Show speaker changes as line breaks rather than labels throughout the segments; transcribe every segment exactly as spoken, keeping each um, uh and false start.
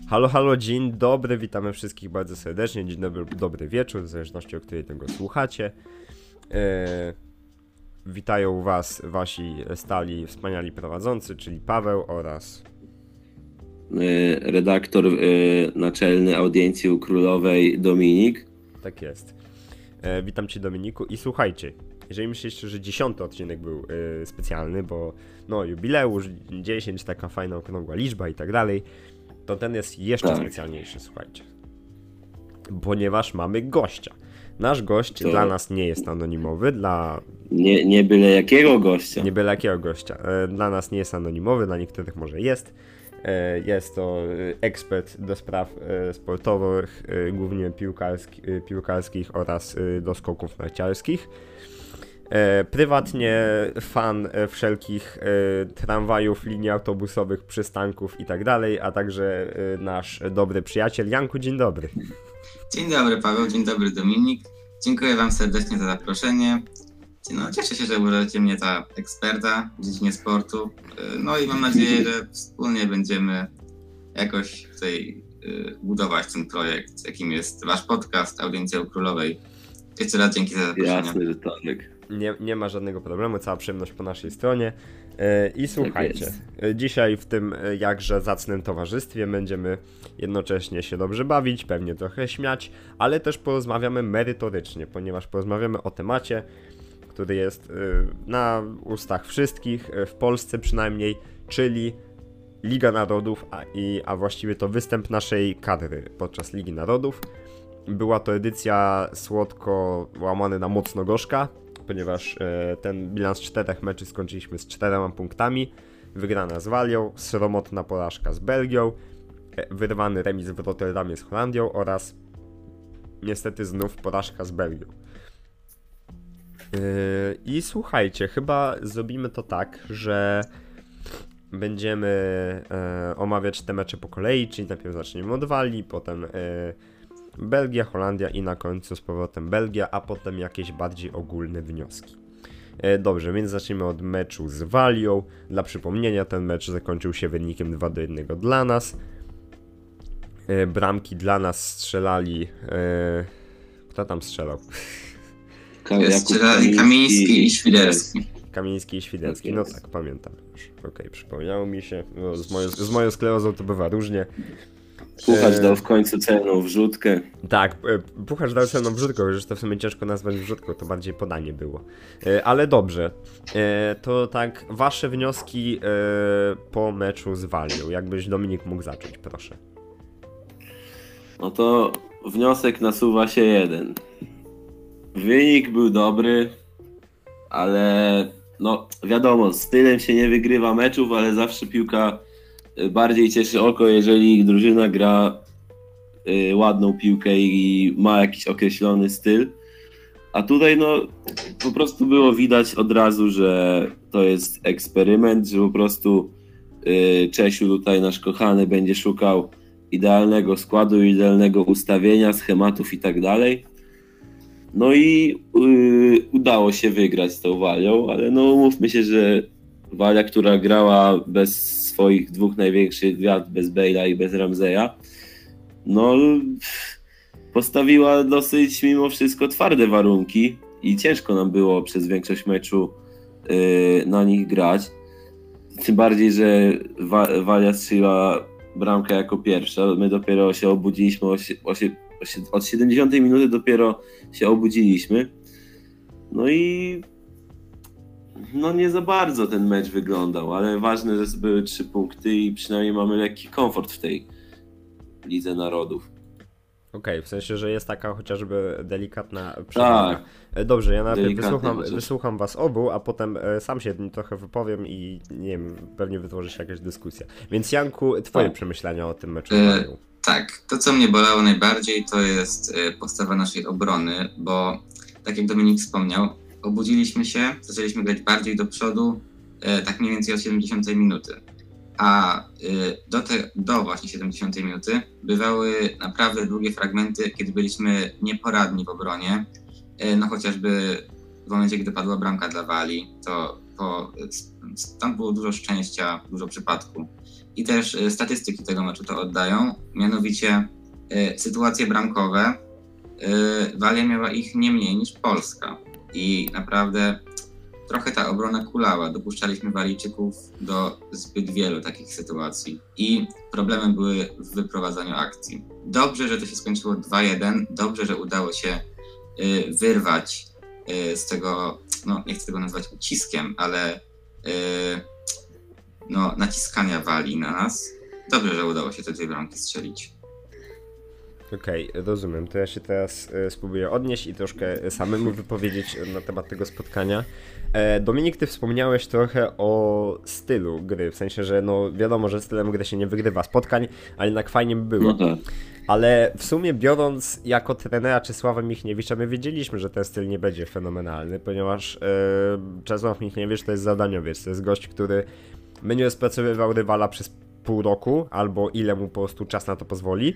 Halo, halo, dzień dobry, witamy wszystkich bardzo serdecznie, dzień dobry, dobry wieczór, w zależności od której tego słuchacie. E, witają was wasi stali, wspaniali prowadzący, czyli Paweł oraz...
redaktor naczelny Audiencji Królowej Dominik.
Tak jest. E, witam cię, Dominiku, i słuchajcie, jeżeli myślicie, że dziesiąty odcinek był e, specjalny, bo no jubileusz, dziesięć, taka fajna okrągła liczba i tak dalej, to ten jest jeszcze tak. specjalniejszy, słuchajcie. Ponieważ mamy gościa. Nasz gość to... dla nas nie jest anonimowy, dla...
Nie, nie byle jakiego gościa.
Nie byle jakiego gościa. Dla nas nie jest anonimowy, dla niektórych może jest. Jest to ekspert do spraw sportowych, głównie piłkarski, piłkarskich oraz do skoków narciarskich. Prywatnie fan wszelkich tramwajów, linii autobusowych, przystanków i tak dalej, a także nasz dobry przyjaciel Janku, dzień dobry.
Dzień dobry Paweł, dzień dobry Dominik. Dziękuję wam serdecznie za zaproszenie. No, cieszę się, że uważacie mnie za eksperta w dziedzinie sportu. No i mam nadzieję, że wspólnie będziemy jakoś tutaj budować ten projekt, jakim jest wasz podcast Audiencją Królowej. Jeszcze raz dzięki za zaproszenie.
Jasne, że tak.
Nie, nie ma żadnego problemu, cała przyjemność po naszej stronie. I słuchajcie, tak dzisiaj w tym jakże zacnym towarzystwie będziemy jednocześnie się dobrze bawić, pewnie trochę śmiać, ale też porozmawiamy merytorycznie, ponieważ porozmawiamy o temacie, który jest na ustach wszystkich, w Polsce przynajmniej, czyli Liga Narodów, a, i, a właściwie to występ naszej kadry podczas Ligi Narodów. Była to edycja słodko łamany na mocno gorzka, ponieważ e, ten bilans czterech meczy skończyliśmy z czterema punktami, wygrana z Walią, sromotna porażka z Belgią, e, wyrwany remis w Rotterdamie z Holandią oraz niestety znów porażka z Belgią. Yy, I słuchajcie, chyba zrobimy to tak, że będziemy e, omawiać te mecze po kolei, czyli najpierw zaczniemy od Walii, potem e, Belgia, Holandia i na końcu z powrotem Belgia, a potem jakieś bardziej ogólne wnioski. E, dobrze, więc zaczniemy od meczu z Walią. Dla przypomnienia, ten mecz zakończył się wynikiem dwa do jednego dla nas. E, bramki dla nas strzelali... E, kto tam strzelał?
Strzelali Kamiński i Świderski.
Kamiński i Świderski, no tak, pamiętam już. Okej, okay, przypomniało mi się. No, z, moją, z moją sklerozą to bywa różnie.
Puchacz dał w końcu celną wrzutkę.
Tak, Puchacz dał celną wrzutkę, już to w sumie ciężko nazwać wrzutką, to bardziej podanie było. Ale dobrze, to tak, wasze wnioski po meczu z Walią. Jakbyś, Dominik, mógł zacząć, proszę.
No to wniosek nasuwa się jeden. Wynik był dobry, ale no wiadomo, stylem się nie wygrywa meczów, ale zawsze piłka bardziej cieszy oko, jeżeli drużyna gra y, ładną piłkę i ma jakiś określony styl. A tutaj no po prostu było widać od razu, że to jest eksperyment, że po prostu y, Czesiu tutaj nasz kochany będzie szukał idealnego składu, idealnego ustawienia, schematów i tak dalej. No i yy, udało się wygrać z tą Walią, ale no umówmy się, że Walia, która grała bez swoich dwóch największych gwiazd, bez Bale'a i bez Ramseya, no postawiła dosyć mimo wszystko twarde warunki i ciężko nam było przez większość meczu yy, na nich grać. Tym bardziej, że Wa- Walia strzeliła bramkę jako pierwsza, my dopiero się obudziliśmy o, o, od siedemdziesiątej minuty dopiero się obudziliśmy. No i no nie za bardzo ten mecz wyglądał, ale ważne, że były trzy punkty i przynajmniej mamy lekki komfort w tej Lidze Narodów.
Okej, okay, w sensie, że jest taka chociażby delikatna przewaga. Tak, dobrze, ja najpierw wysłucham, wysłucham was obu, a potem sam się trochę wypowiem i nie wiem, pewnie wytworzy się jakaś dyskusja. Więc Janku, twoje tak. przemyślenia o tym meczu z Walią.
Tak, to co mnie bolało najbardziej to jest postawa naszej obrony, bo tak jak Dominik wspomniał, obudziliśmy się, zaczęliśmy grać bardziej do przodu, tak mniej więcej od siedemdziesiątej minuty. A do, te, do właśnie siedemdziesiątej minuty bywały naprawdę długie fragmenty, kiedy byliśmy nieporadni w obronie. No chociażby w momencie, gdy padła bramka dla Walii, to po, tam było dużo szczęścia, dużo przypadku. I też statystyki tego meczu to oddają, mianowicie sytuacje bramkowe. Walia miała ich nie mniej niż Polska i naprawdę trochę ta obrona kulała. Dopuszczaliśmy Walijczyków do zbyt wielu takich sytuacji i problemem były w wyprowadzaniu akcji. Dobrze, że to się skończyło dwa jeden, dobrze, że udało się wyrwać z tego, no nie chcę tego nazwać uciskiem, ale no, naciskania Walii na nas. Dobrze, że udało się te dwie bramki strzelić.
Okej, okay, rozumiem. To ja się teraz e, spróbuję odnieść i troszkę samemu wypowiedzieć na temat tego spotkania. E, Dominik, ty wspomniałeś trochę o stylu gry, w sensie, że no wiadomo, że stylem gry się nie wygrywa spotkań, ale jednak fajnie by było.
No tak.
Ale w sumie biorąc jako trenera Czesława Michniewicza, my wiedzieliśmy, że ten styl nie będzie fenomenalny, ponieważ e, Czesław Michniewicz to jest zadaniowiec, to jest gość, który będzie rozpracowywał rywala przez pół roku, albo ile mu po prostu czas na to pozwoli.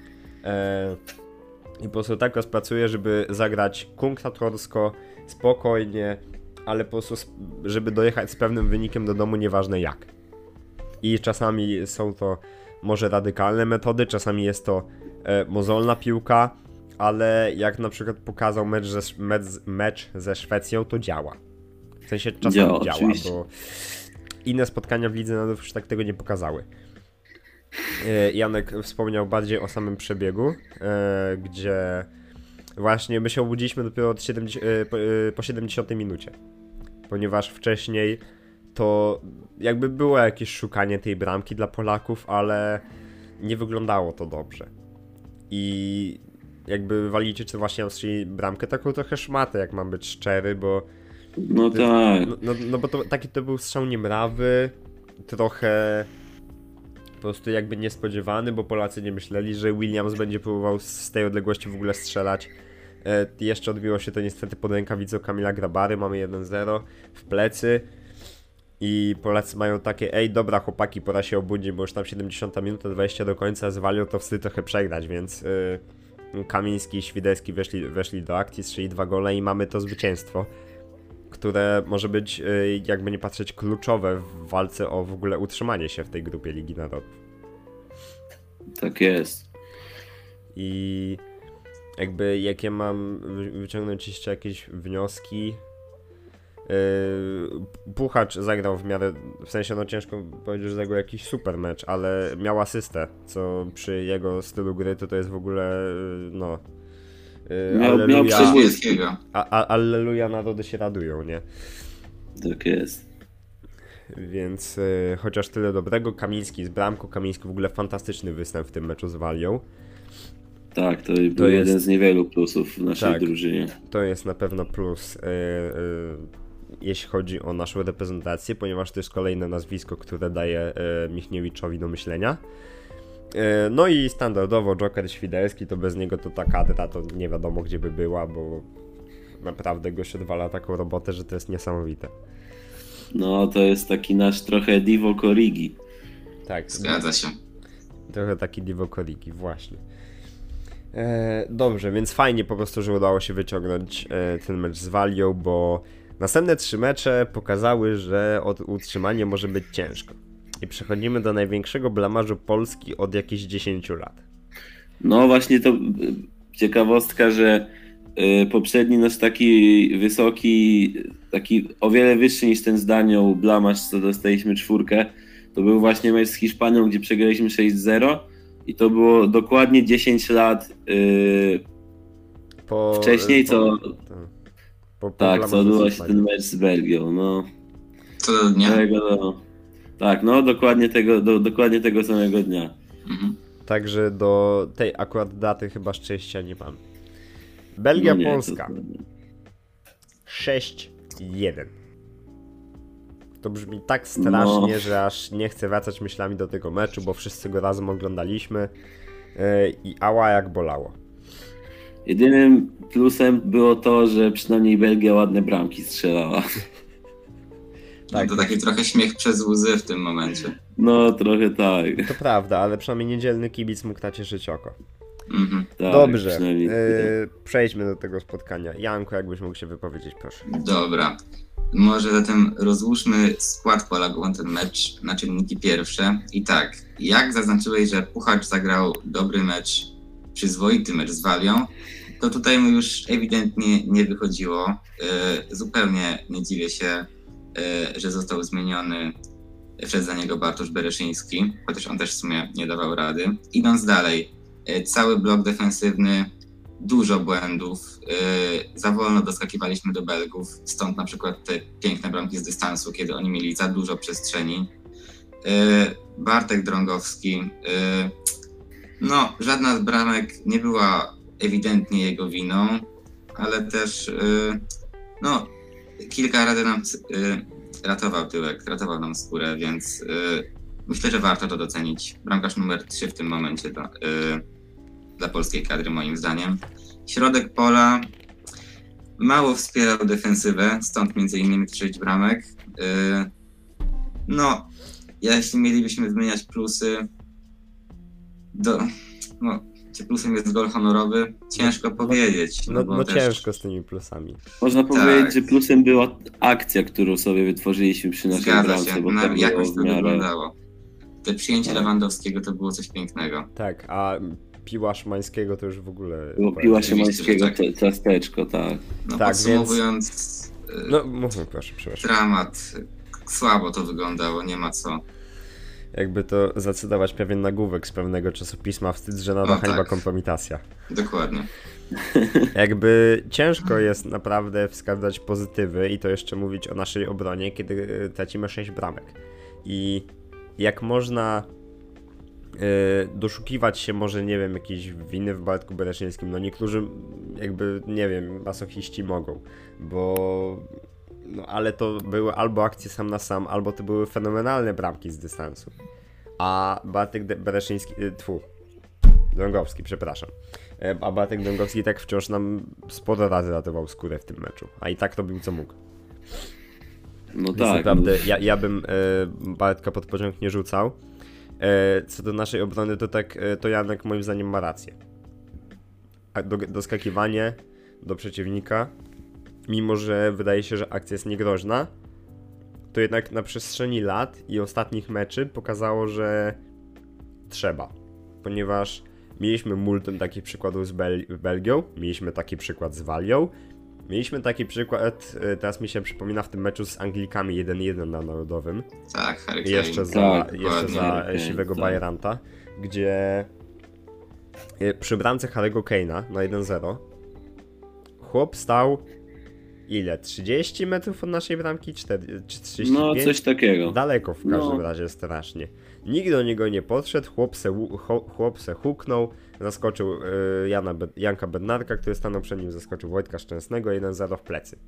I po prostu tak rozpracuję, żeby zagrać kunktatorsko, spokojnie, ale po prostu żeby dojechać z pewnym wynikiem do domu, nieważne jak. I czasami są to może radykalne metody, czasami jest to e, mozolna piłka, ale jak na przykład pokazał mecz ze, mecz, mecz ze Szwecją, to działa. W sensie czasami działa, działa bo inne spotkania w Lidze Narodów już tak tego nie pokazały. Janek wspomniał bardziej o samym przebiegu, gdzie właśnie my się obudziliśmy dopiero od siedemdziesiątej, po siedemdziesiątej minucie, ponieważ wcześniej to jakby było jakieś szukanie tej bramki dla Polaków, ale nie wyglądało to dobrze. I jakby Walijczycy właśnie nam strzeli bramkę, taką trochę szmatę, jak mam być szczery, bo
no tak.
No, no, no bo to, taki to był strzał niemrawy, trochę po prostu jakby niespodziewany, bo Polacy nie myśleli, że Williams będzie próbował z tej odległości w ogóle strzelać. E, jeszcze odbiło się to niestety pod rękawicą Kamila Grabary, mamy jeden zero w plecy i Polacy mają takie, ej dobra chłopaki, pora się obudzić, bo już tam siedemdziesiąta minuta, dwadzieścia do końca z Walią to wstyd trochę przegrać, więc e, Kamiński i Świderski weszli, weszli do akcji, strzeli dwa gole i mamy to zwycięstwo, które może być, jakby nie patrzeć, kluczowe w walce o w ogóle utrzymanie się w tej grupie Ligi Narodów.
Tak jest.
I jakby jakie mam wyciągnąć jeszcze jakieś wnioski? Puchacz zagrał w miarę, w sensie no ciężko powiedzieć, że zagrał jakiś super mecz, ale miał asystę, co przy jego stylu gry to to jest w ogóle no...
Miał, miał przebłyskiego.
A, a, alleluja, narody się radują, nie?
Tak jest.
Więc y, chociaż tyle dobrego. Kamiński z bramką, Kamiński w ogóle fantastyczny występ w tym meczu z Walią.
Tak, to, to był jest... jeden z niewielu plusów w naszej
tak,
drużynie.
To jest na pewno plus, y, y, jeśli chodzi o naszą reprezentację, ponieważ to jest kolejne nazwisko, które daje y, Michniewiczowi do myślenia. No i standardowo Joker Świderski, to bez niego to ta kadra to nie wiadomo gdzie by była, bo naprawdę gość odwala taką robotę, że to jest niesamowite.
No to jest taki nasz trochę Divock Origi.
Tak.
Zgadza się.
Trochę taki Divock Origi, właśnie. E, dobrze, więc fajnie po prostu, że udało się wyciągnąć e, ten mecz z Walią, bo następne trzy mecze pokazały, że od utrzymania może być ciężko. I przechodzimy do największego blamażu Polski od jakichś dziesięciu lat.
No właśnie to ciekawostka, że y, poprzedni nasz taki wysoki, taki o wiele wyższy niż ten z Danią blamaż, co dostaliśmy czwórkę, to był właśnie mecz z Hiszpanią, gdzie przegraliśmy sześć zero i to było dokładnie dziesięć lat y,
po,
wcześniej,
po,
co
po, po, po
tak, co odbyło się ten mecz z Belgią. No.
Co do dnia?
Tego, no. Tak, no dokładnie tego, do, dokładnie tego samego dnia.
Mhm.
Także do tej akurat daty chyba szczęścia nie mam. Belgia,
no nie,
Polska.
To...
sześć jeden. To brzmi tak strasznie,
no.
że aż nie chcę wracać myślami do tego meczu, bo wszyscy go razem oglądaliśmy yy, i ała jak bolało.
Jedynym plusem było to, że przynajmniej Belgia ładne bramki strzelała.
Tak. No to taki trochę śmiech przez łzy w tym momencie.
No, trochę tak.
To prawda, ale przynajmniej niedzielny kibic mógł nacieszyć oko.
Mhm.
Tak,
dobrze, yy, przejdźmy do tego spotkania. Janku, jakbyś mógł się wypowiedzieć, proszę.
Dobra. Może zatem rozłóżmy skład Polaków na ten mecz na czynniki pierwsze. I tak, jak zaznaczyłeś, że Puchacz zagrał dobry mecz, przyzwoity mecz z Walią, to tutaj mu już ewidentnie nie wychodziło. Yy, zupełnie nie dziwię się, yy, że został zmieniony wszedł za niego Bartosz Bereszyński, chociaż on też w sumie nie dawał rady. Idąc dalej, yy, cały blok defensywny, dużo błędów, yy, za wolno doskakiwaliśmy do Belgów, stąd na przykład te piękne bramki z dystansu, kiedy oni mieli za dużo przestrzeni. Yy, Bartek Drągowski, yy, no żadna z bramek nie była ewidentnie jego winą, ale też yy, no kilka razy nam yy, ratował tyłek, ratował nam skórę, więc yy, myślę, że warto to docenić. Bramkarz numer trzy w tym momencie dla, yy, dla polskiej kadry moim zdaniem. Środek pola mało wspierał defensywę, stąd między innymi sześć bramek. Yy, no, jeśli mielibyśmy wymieniać plusy, do, no, czy plusem jest gol honorowy? Ciężko
no,
powiedzieć.
No,
No,
no
też...
ciężko z tymi plusami.
Można
Tak.
powiedzieć, że plusem była akcja, którą sobie wytworzyliśmy przy naszej
Zgadza
bramce,
się,
bo
na,
tak
jakoś
było
to
w miarę...
wyglądało. Te przyjęcie
Tak.
Lewandowskiego to było coś pięknego.
Tak, a piła Szymańskiego to już w ogóle...
Było piła
Oczywiście,
Szymańskiego,
że tak.
cia- ciasteczko, tak.
No
Tak,
podsumowując, więc...
No mówmy proszę, przepraszam.
dramat. Słabo to wyglądało, nie ma co.
Jakby to zacytować pewien nagłówek z pewnego czasopisma, wstyd, że nada
No
hańba,
tak.
kompromitacja.
Dokładnie.
Jakby ciężko jest naprawdę wskazać pozytywy i to jeszcze mówić o naszej obronie, kiedy tracimy sześć bramek. I jak można yy, doszukiwać się może, nie wiem, jakiejś winy w Bartku Bereszyńskim, no niektórzy jakby, nie wiem, masochiści mogą, bo no ale to były albo akcje sam na sam, albo to były fenomenalne bramki z dystansu. A Bartek De- Bereszyński, yy, tfu, Drągowski, przepraszam. A Bartek Drągowski tak wciąż nam sporo razy ratował skórę w tym meczu, a i tak robił co mógł.
No
Więc
tak.
naprawdę
no,
ja, ja bym e, Bartka pod pociąg nie rzucał. E, co do naszej obrony, to tak, e, to Janek moim zdaniem ma rację. A do, doskakiwanie do przeciwnika, mimo że wydaje się, że akcja jest niegroźna, to jednak na przestrzeni lat i ostatnich meczy pokazało, że trzeba. Ponieważ mieliśmy multum takich przykładów z Bel- Belgią, mieliśmy taki przykład z Walią, mieliśmy taki przykład, e, teraz mi się przypomina, w tym meczu z Anglikami jeden jeden na Narodowym.
Tak, Harry
I
Kane.
jeszcze za,
Tak,
jeszcze
dokładnie,
za
Harry Kane,
siwego
tak.
Bajranta, gdzie e, przy bramce Harry'ego Kane'a na jeden zero chłop stał ile? trzydzieści metrów od naszej bramki? cztery, czy trzydzieści pięć?
no coś takiego.
Daleko w każdym
No.
razie strasznie. Nikt do niego nie podszedł, chłop se, hu- cho- chłop se huknął, zaskoczył y, Jana Be- Janka Bednarka, który stanął przed nim, zaskoczył Wojtka Szczęsnego, jeden zero w plecy.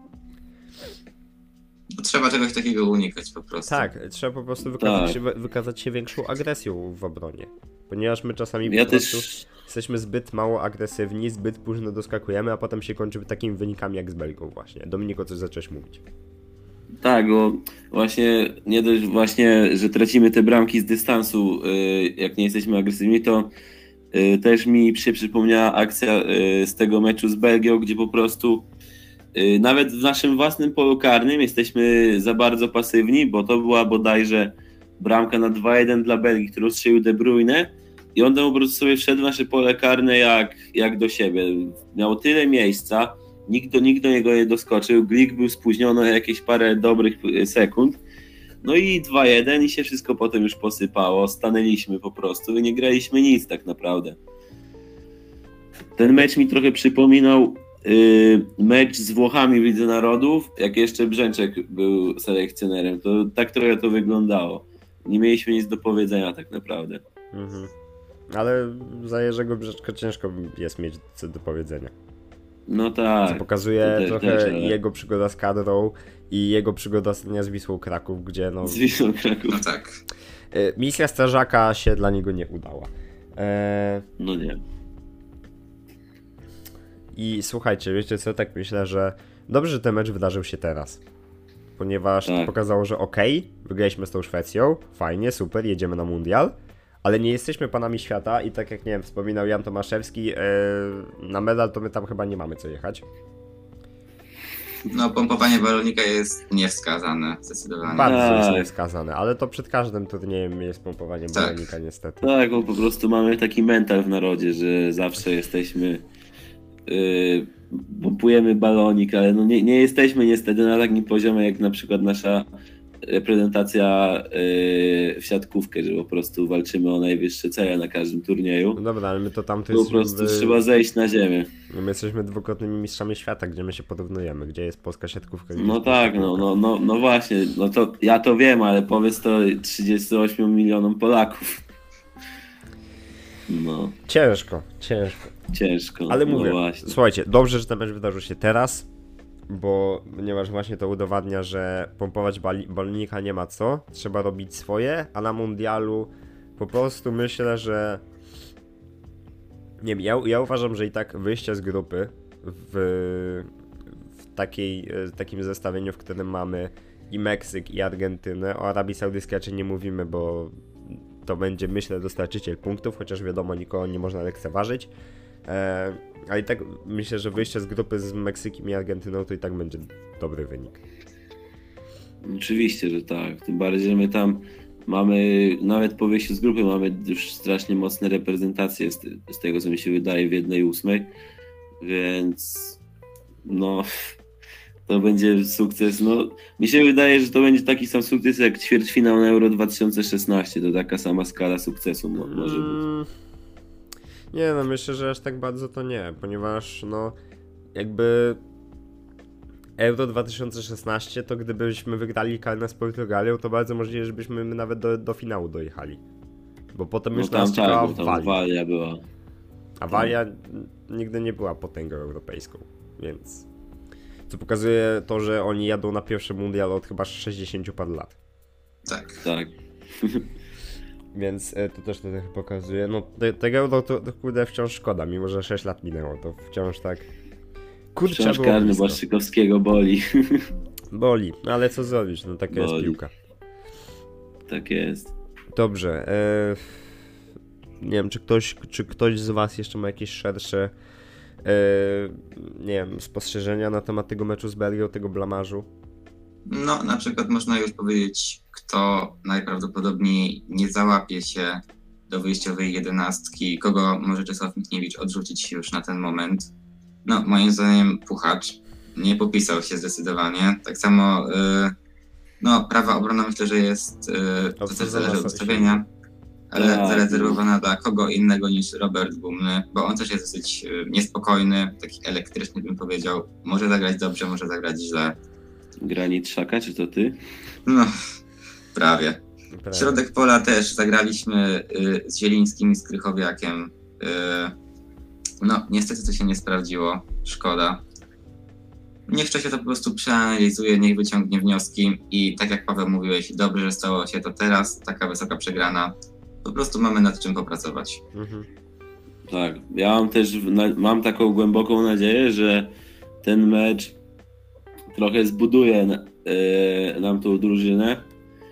Trzeba czegoś takiego unikać po prostu.
Tak, trzeba po prostu wykazać,
Tak.
się, wykazać się większą agresją w obronie. Ponieważ my czasami
Ja
po prostu
też...
jesteśmy zbyt mało agresywni, zbyt późno doskakujemy, a potem się kończy takimi wynikami jak z Belgią właśnie. Dominiko, coś zacząłeś mówić.
Tak, bo właśnie nie dość właśnie, że tracimy te bramki z dystansu, y, jak nie jesteśmy agresywni, to y, też mi się przypomniała akcja y, z tego meczu z Belgią, gdzie po prostu y, nawet w naszym własnym polu karnym jesteśmy za bardzo pasywni, bo to była bodajże bramka na dwa jeden dla Belgii, którą strzelił De Bruyne i on tam po prostu sobie wszedł w nasze pole karne jak, jak do siebie. Miał tyle miejsca, Nikt do, nikt do niego nie doskoczył, Glik był spóźniony o jakieś parę dobrych sekund, no i dwa jeden i się wszystko potem już posypało, stanęliśmy po prostu i nie graliśmy nic tak naprawdę. Ten mecz mi trochę przypominał yy, mecz z Włochami w Lidze Narodów, jak jeszcze Brzęczek był selekcjonerem, to tak trochę to wyglądało. Nie mieliśmy nic do powiedzenia tak naprawdę.
Mhm. Ale za Jerzego Brzeczka ciężko jest mieć co do powiedzenia.
No
Co
tak.
pokazuje
to też-
trochę
też, ale-
jego przygoda z kadrą i jego przygoda ostatnia z Wisłą Kraków, gdzie no,
Z Wisłą Kraków.
No tak.
e, misja strażaka się dla niego nie udała. E,
No nie.
I słuchajcie, wiecie co, tak myślę, że dobrze, że ten mecz wydarzył się teraz. Ponieważ to
Tak.
pokazało, że okej, wygraliśmy z tą Szwecją, fajnie, super, jedziemy na mundial, ale nie jesteśmy panami świata i tak jak, nie wiem, wspominał Jan Tomaszewski, e, na medal to my tam chyba nie mamy co jechać.
No, pompowanie balonika jest niewskazane, zdecydowanie.
Bardzo jest
Tak.
niewskazane, ale to przed każdym turniejem jest pompowanie
Tak.
balonika niestety.
Tak, bo po prostu mamy taki mental w narodzie, że zawsze jesteśmy, yy, pompujemy balonik, ale no nie, nie jesteśmy niestety na takim poziomie jak na przykład nasza reprezentacja yy, w siatkówkę, że po prostu walczymy o najwyższe cele na każdym turnieju.
No dobra, ale my to tamto
Po prostu
jesteśmy,
trzeba zejść na ziemię.
my jesteśmy dwukrotnymi mistrzami świata, gdzie my się porównujemy, gdzie jest polska siatkówka. Gdzie
No
jest
tak,
polska
no,
piłka.
no, no, no właśnie, no to ja to wiem, ale powiedz to trzydziestu ośmiu milionom Polaków. No,
Ciężko, ciężko.
ciężko.
Ale
no
mówię,
właśnie.
słuchajcie, dobrze, że ten mecz wydarzył się teraz, bo ponieważ właśnie to udowadnia, że pompować bali- balonika nie ma co, trzeba robić swoje, a na mundialu po prostu myślę, że nie wiem, ja, ja uważam, że i tak wyjście z grupy w, w takiej, e, takim zestawieniu, w którym mamy i Meksyk, i Argentynę, o Arabii Saudyjskiej raczej nie mówimy, bo to będzie, myślę, dostarczyciel punktów, chociaż wiadomo, nikogo nie można lekceważyć. E, ale i tak myślę, że wyjście z grupy z Meksykiem i Argentyną to i tak będzie dobry wynik.
Oczywiście, że tak. Tym bardziej, że my tam mamy, nawet po wyjściu z grupy, mamy już strasznie mocne reprezentacje z, z tego, co mi się wydaje, w jednej ósmej, więc no to będzie sukces. No, mi się wydaje, że to będzie taki sam sukces jak ćwierćfinał na Euro dwa tysiące szesnaście. To taka sama skala sukcesu mo- może być.
Mm, nie no, myślę, że aż tak bardzo to nie, ponieważ no jakby Euro dwa tysiące szesnaście to gdybyśmy wygrali karne z Portugalią, to bardzo możliwe, żebyśmy my nawet do, do finału dojechali. Bo potem
No
już
tam
nas czekała
tak, bo tam
Walia.
Walia była.
A Walia nigdy nie była potęgą europejską, więc co pokazuje to, że oni jadą na pierwszy mundial od chyba sześćdziesięciu paru lat.
Tak.
Tak.
Więc e, to też to trochę pokazuje. No te, tego Euro to, to kurde wciąż szkoda, mimo że sześć lat minęło, to wciąż tak kurczę
Wciąż
było
karny
blisko.
Błaszczykowskiego boli.
Boli, no ale co zrobić, no taka jest
Boli.
piłka.
Tak jest.
Dobrze, e, nie wiem, czy ktoś, czy ktoś z was jeszcze ma jakieś szersze e, nie wiem, spostrzeżenia na temat tego meczu z Belgią, tego blamarzu?
No, na przykład można już powiedzieć, kto najprawdopodobniej nie załapie się do wyjściowej jedenastki, kogo może Czesław Michniewicz odrzucić już na ten moment. No, moim zdaniem Puchacz nie popisał się zdecydowanie. Tak samo, y, no, prawa obrona myślę, że jest, y, to też
Obsadzona
zależy od
sobie.
ustawienia, ale
Tak.
zarezerwowana dla kogo innego niż Robert Bumny, bo on też jest dosyć y, niespokojny, taki elektryczny bym powiedział. Może zagrać dobrze, może zagrać źle.
Granit Szaka, czy to ty?
No, prawie.
Prawie.
Środek pola też zagraliśmy y, z Zielińskim i z Krychowiakiem. Y, no, niestety to się nie sprawdziło. Szkoda. Niech Czesio to po prostu przeanalizuje, niech wyciągnie wnioski i tak jak Paweł mówiłeś, dobrze, że stało się to teraz, taka wysoka przegrana. Po prostu mamy nad czym popracować.
Mhm.
Tak, ja mam też na, mam taką głęboką nadzieję, że ten mecz trochę zbuduje na- e, nam tą drużynę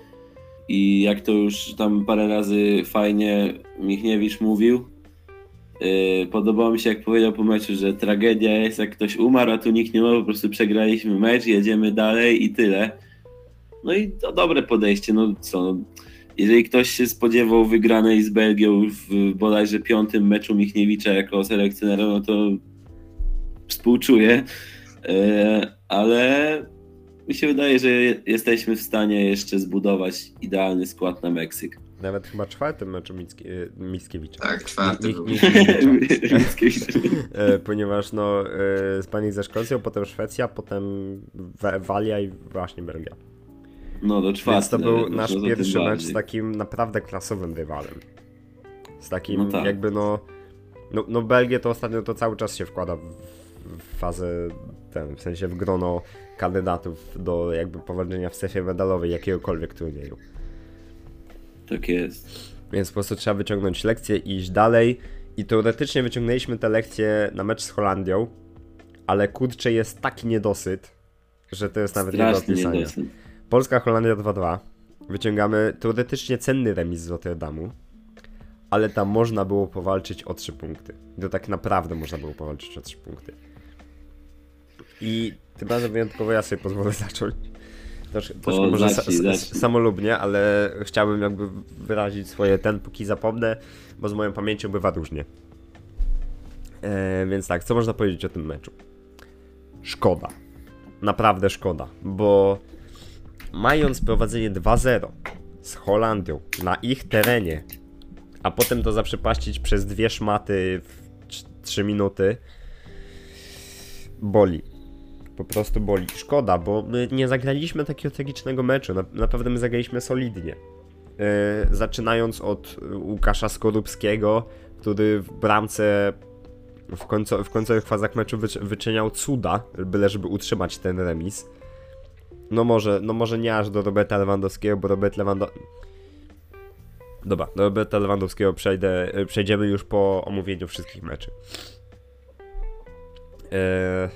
i jak to już tam parę razy fajnie Michniewicz mówił, e, podobało mi się jak powiedział po meczu, że tragedia jest jak ktoś umarł, a tu nikt nie ma, po prostu przegraliśmy mecz, jedziemy dalej i tyle. No i to dobre podejście, no co, no, jeżeli ktoś się spodziewał wygranej z Belgią w bodajże piątym meczu Michniewicza jako selekcjonera, no to współczuję, e, ale mi się wydaje, że jesteśmy w stanie jeszcze zbudować idealny skład na Meksyk.
Nawet chyba czwartym meczu Mickie, e, Mickiewicza.
Tak, czwarty
Mi-
był.
mi- Michniewicza.
Mickiewicz.
E, ponieważ no e, Hiszpanii ze Szkocją, potem Szwecja, potem Wa- Walia i właśnie Belgia.
No do czwarty.
Więc to był
nawet,
nasz
no to
pierwszy
tym
mecz
bardziej.
z takim naprawdę klasowym rywalem. Z takim
No tak.
jakby no, no... No Belgię to ostatnio to cały czas się wkłada w, w fazę, ten, w sensie w grono kandydatów do jakby powodzenia w strefie medalowej jakiegokolwiek turnieju.
Tak jest.
Więc po prostu trzeba wyciągnąć lekcję i iść dalej. I teoretycznie wyciągnęliśmy te lekcje na mecz z Holandią, ale kurczę jest taki niedosyt, że to jest nawet nie do
Strasznie
opisania.
niedosyt.
Polska-Holandia dwa dwa. Wyciągamy teoretycznie cenny remis z Rotterdamu, ale tam można było powalczyć o trzy punkty. I to tak naprawdę można było powalczyć o trzy punkty. I Tym razem wyjątkowo ja sobie pozwolę zacząć. Trosz, troszkę
O,
może
zacznij,
sa, sa,
zacznij.
samolubnie, ale chciałbym jakby wyrazić swoje ten, póki zapomnę, bo z moją pamięcią bywa różnie. E, więc tak, co można powiedzieć o tym meczu? Szkoda. Naprawdę szkoda, bo mając prowadzenie dwa zero z Holandią na ich terenie, a potem to zaprzepaścić przez dwie szmaty w trzy minuty, boli. Po prostu boli. Szkoda, bo my nie zagraliśmy takiego tragicznego meczu. Na, naprawdę my zagraliśmy solidnie. Yy, zaczynając od Łukasza Skorupskiego, który w bramce w, końcu, w końcowych fazach meczu wy, wyczyniał cuda, byle żeby utrzymać ten remis. No może, no może nie aż do Roberta Lewandowskiego, bo Robert Lewandowski... Dobra, do Roberta Lewandowskiego przejdę, przejdziemy już po omówieniu wszystkich meczy. Yy...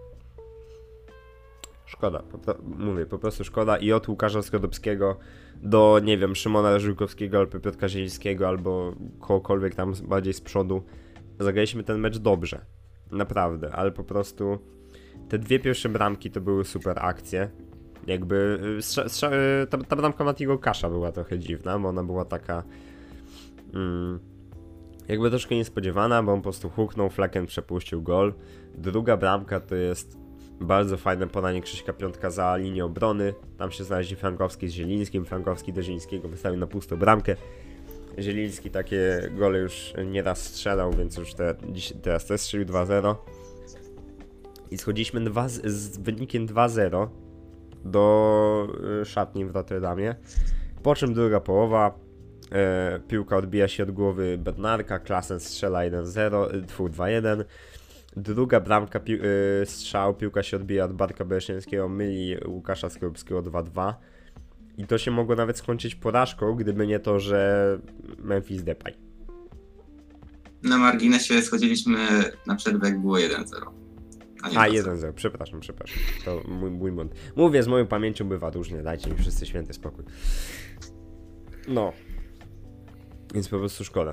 Szkoda, po, mówię, po prostu szkoda i od Łukasza Skorupskiego do, nie wiem, Szymona Żółkowskiego albo Piotra Zielińskiego albo kogokolwiek tam bardziej z przodu zagraliśmy ten mecz dobrze, naprawdę, ale po prostu te dwie pierwsze bramki to były super akcje, jakby strza, strza, ta, ta bramka Matiego Kasza była trochę dziwna, bo ona była taka mm, jakby troszkę niespodziewana, bo on po prostu huknął, Flecken przepuścił gol. Druga bramka to jest bardzo fajne podanie Krzyśka Piątka za linię obrony. Tam się znaleźli Frankowski z Zielińskim. Frankowski do Zielińskiego wystawił na pustą bramkę. Zieliński takie gole już nieraz strzelał, więc już te, dziś, teraz też strzelił dwa zero. I schodziliśmy dwa, z, z wynikiem dwa zero do szatni w Rotterdamie. Po czym druga połowa. E, piłka odbija się od głowy Bednarka. Klaassen strzela jeden zero, dwa jeden. Druga bramka, pi yy, strzał, piłka się odbija od Bartka Bereszyńskiego, myli Łukasza Skorupskiego dwa dwa. I to się mogło nawet skończyć porażką, gdyby nie to, że Memphis Depay.
Na marginesie schodziliśmy na przerwę, jak było jeden zero.
A, jeden zero, przepraszam, przepraszam. To mój, mój błąd. Mówię, z moją pamięcią bywa różnie, dajcie mi wszyscy święty spokój. No. Więc po prostu szkoda.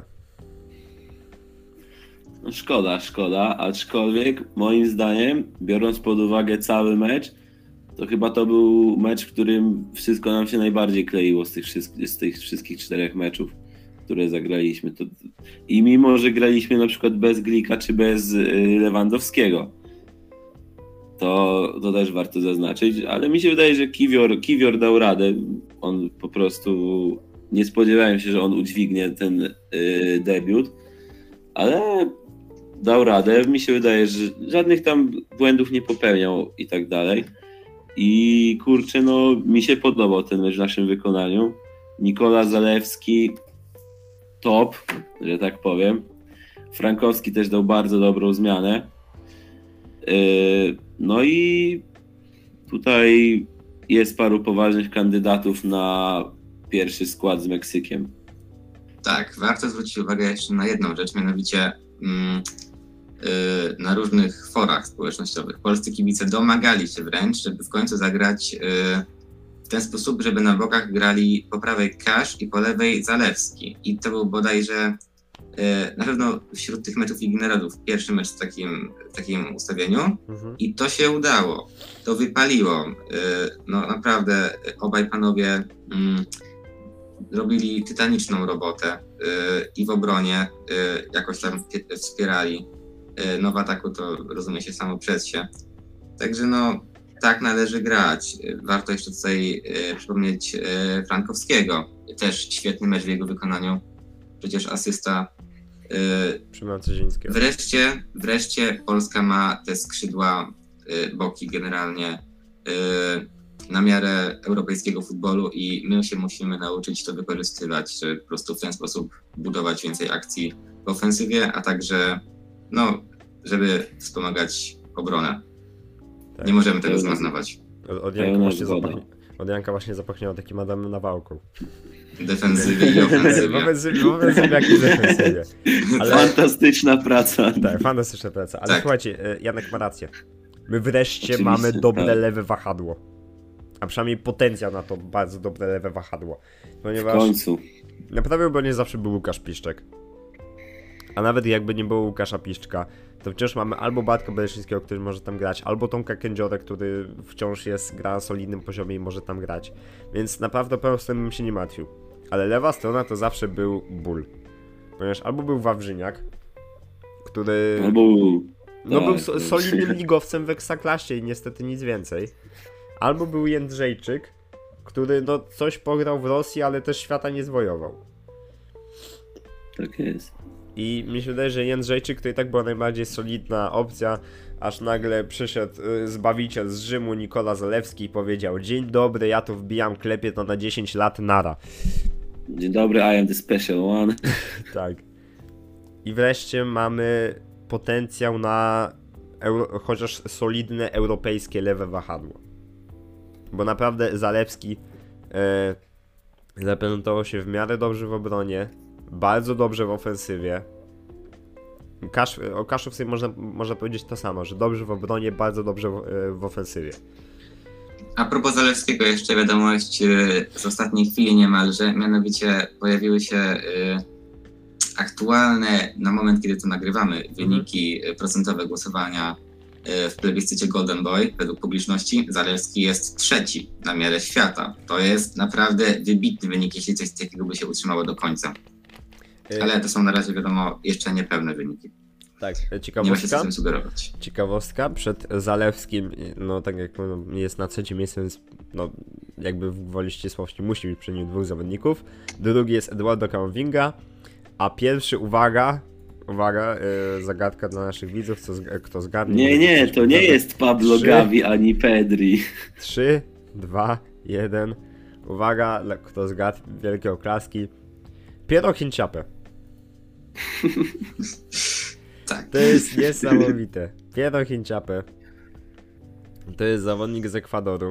Szkoda, szkoda, aczkolwiek moim zdaniem, biorąc pod uwagę cały mecz, to chyba to był mecz, w którym wszystko nam się najbardziej kleiło z tych, z tych wszystkich czterech meczów, które zagraliśmy. To... I mimo, że graliśmy na przykład bez Glika czy bez Lewandowskiego, to, to też warto zaznaczyć, ale mi się wydaje, że Kiwior, Kiwior dał radę. On po prostu, nie spodziewałem się, że on udźwignie ten yy, debiut, ale dał radę. Mi się wydaje, że żadnych tam błędów nie popełniał i tak dalej. I kurczę, no mi się podobał ten mecz w naszym wykonaniu. Nikola Zalewski top, że tak powiem. Frankowski też dał bardzo dobrą zmianę. No i tutaj jest paru poważnych kandydatów na pierwszy skład z Meksykiem.
Tak, warto zwrócić uwagę jeszcze na jedną rzecz, mianowicie mm, yy, na różnych forach społecznościowych polscy kibice domagali się wręcz, żeby w końcu zagrać yy, w ten sposób, żeby na bokach grali po prawej Kasz i po lewej Zalewski. I to był bodajże yy, na pewno wśród tych meczów Ligi Narodów pierwszy mecz w takim, w takim ustawieniu. Mhm. I to się udało, to wypaliło. Yy, no naprawdę obaj panowie yy, robili tytaniczną robotę yy, i w obronie yy, jakoś tam wspierali. Yy, no w ataku to rozumie się samo przez się. Także no tak należy grać. Yy, warto jeszcze tutaj yy, przypomnieć yy, Frankowskiego. Też świetny mecz w jego wykonaniu. Przecież asysta. Yy, wreszcie, wreszcie Polska ma te skrzydła, yy, boki generalnie yy, na miarę europejskiego futbolu i my się musimy nauczyć to wykorzystywać, żeby po prostu w ten sposób budować więcej akcji w ofensywie, a także no, żeby wspomagać obronę. Tak, nie możemy tego zmarnować.
Od, od, Janka właśnie zapachnie, od Janka właśnie zapachniało takim Adamem Nawałką.
Defensywie i ofensywie.
W ofensywie jak i defensywie.
Ale... Fantastyczna praca.
Tak, fantastyczna praca. Ale tak. Słuchajcie, Janek ma rację. My wreszcie Oczywiście, mamy dobre tak. lewe wahadło. A przynajmniej potencjał na to bardzo dobre lewe wahadło. Ponieważ
w końcu.
Na prawej obronie zawsze był Łukasz Piszczek. A nawet jakby nie było Łukasza Piszczka, to wciąż mamy albo Bartka Bereszyńskiego, który może tam grać, albo Tomka Kędziorę, który wciąż jest, gra na solidnym poziomie i może tam grać. Więc naprawdę po prostu bym się nie martwił. Ale lewa strona to zawsze był ból. Ponieważ albo był Wawrzyniak, który...
Albo...
No
tak,
był so, solidnym ligowcem w Ekstraklasie i niestety nic więcej. Albo był Jędrzejczyk, który no coś pograł w Rosji, ale też świata nie zwojował.
Tak jest.
I mi się wydaje, że Jędrzejczyk to i tak była najbardziej solidna opcja, aż nagle przyszedł y, zbawiciel z Rzymu Nikola Zalewski i powiedział: dzień dobry, ja tu wbijam, klepię to na dziesięć lat, nara.
Dzień dobry, I am the special one.
Tak. I wreszcie mamy potencjał na euro, chociaż solidne europejskie lewe wahadło. Bo naprawdę Zalewski e, zaprezentował się w miarę dobrze w obronie, bardzo dobrze w ofensywie. Kasz, o Kaszów sobie można, można powiedzieć to samo, że dobrze w obronie, bardzo dobrze w, w ofensywie.
A propos Zalewskiego, jeszcze wiadomość y, z ostatniej chwili niemalże, mianowicie pojawiły się y, aktualne, na moment kiedy to nagrywamy, wyniki y, procentowe głosowania y, w plebiscycie Golden Boy według publiczności. Zalewski jest trzeci na miarę świata. To jest naprawdę wybitny wynik, jeśli coś takiego by się utrzymało do końca. Ale to są na razie, wiadomo, jeszcze niepewne wyniki.
Tak,
Nie ma się
ciekawostka.
z tym sugerować.
Ciekawostka, przed Zalewskim, no tak jak no, jest na trzecim miejscu, więc no jakby w gwoli ścisłości musi być przy nim dwóch zawodników. Drugi jest Eduardo Camavinga, a pierwszy, uwaga, uwaga, yy, zagadka dla naszych widzów, co, kto zgadnie.
Nie, nie, to nie jest Pablo
Trzy.
Gavi ani Pedri.
trzy, dwa, jeden. Uwaga, kto zgadł, wielkie oklaski. Piero Hinciapę.
Tak.
To jest niesamowite. Piero Hinciapę to jest zawodnik z Ekwadoru,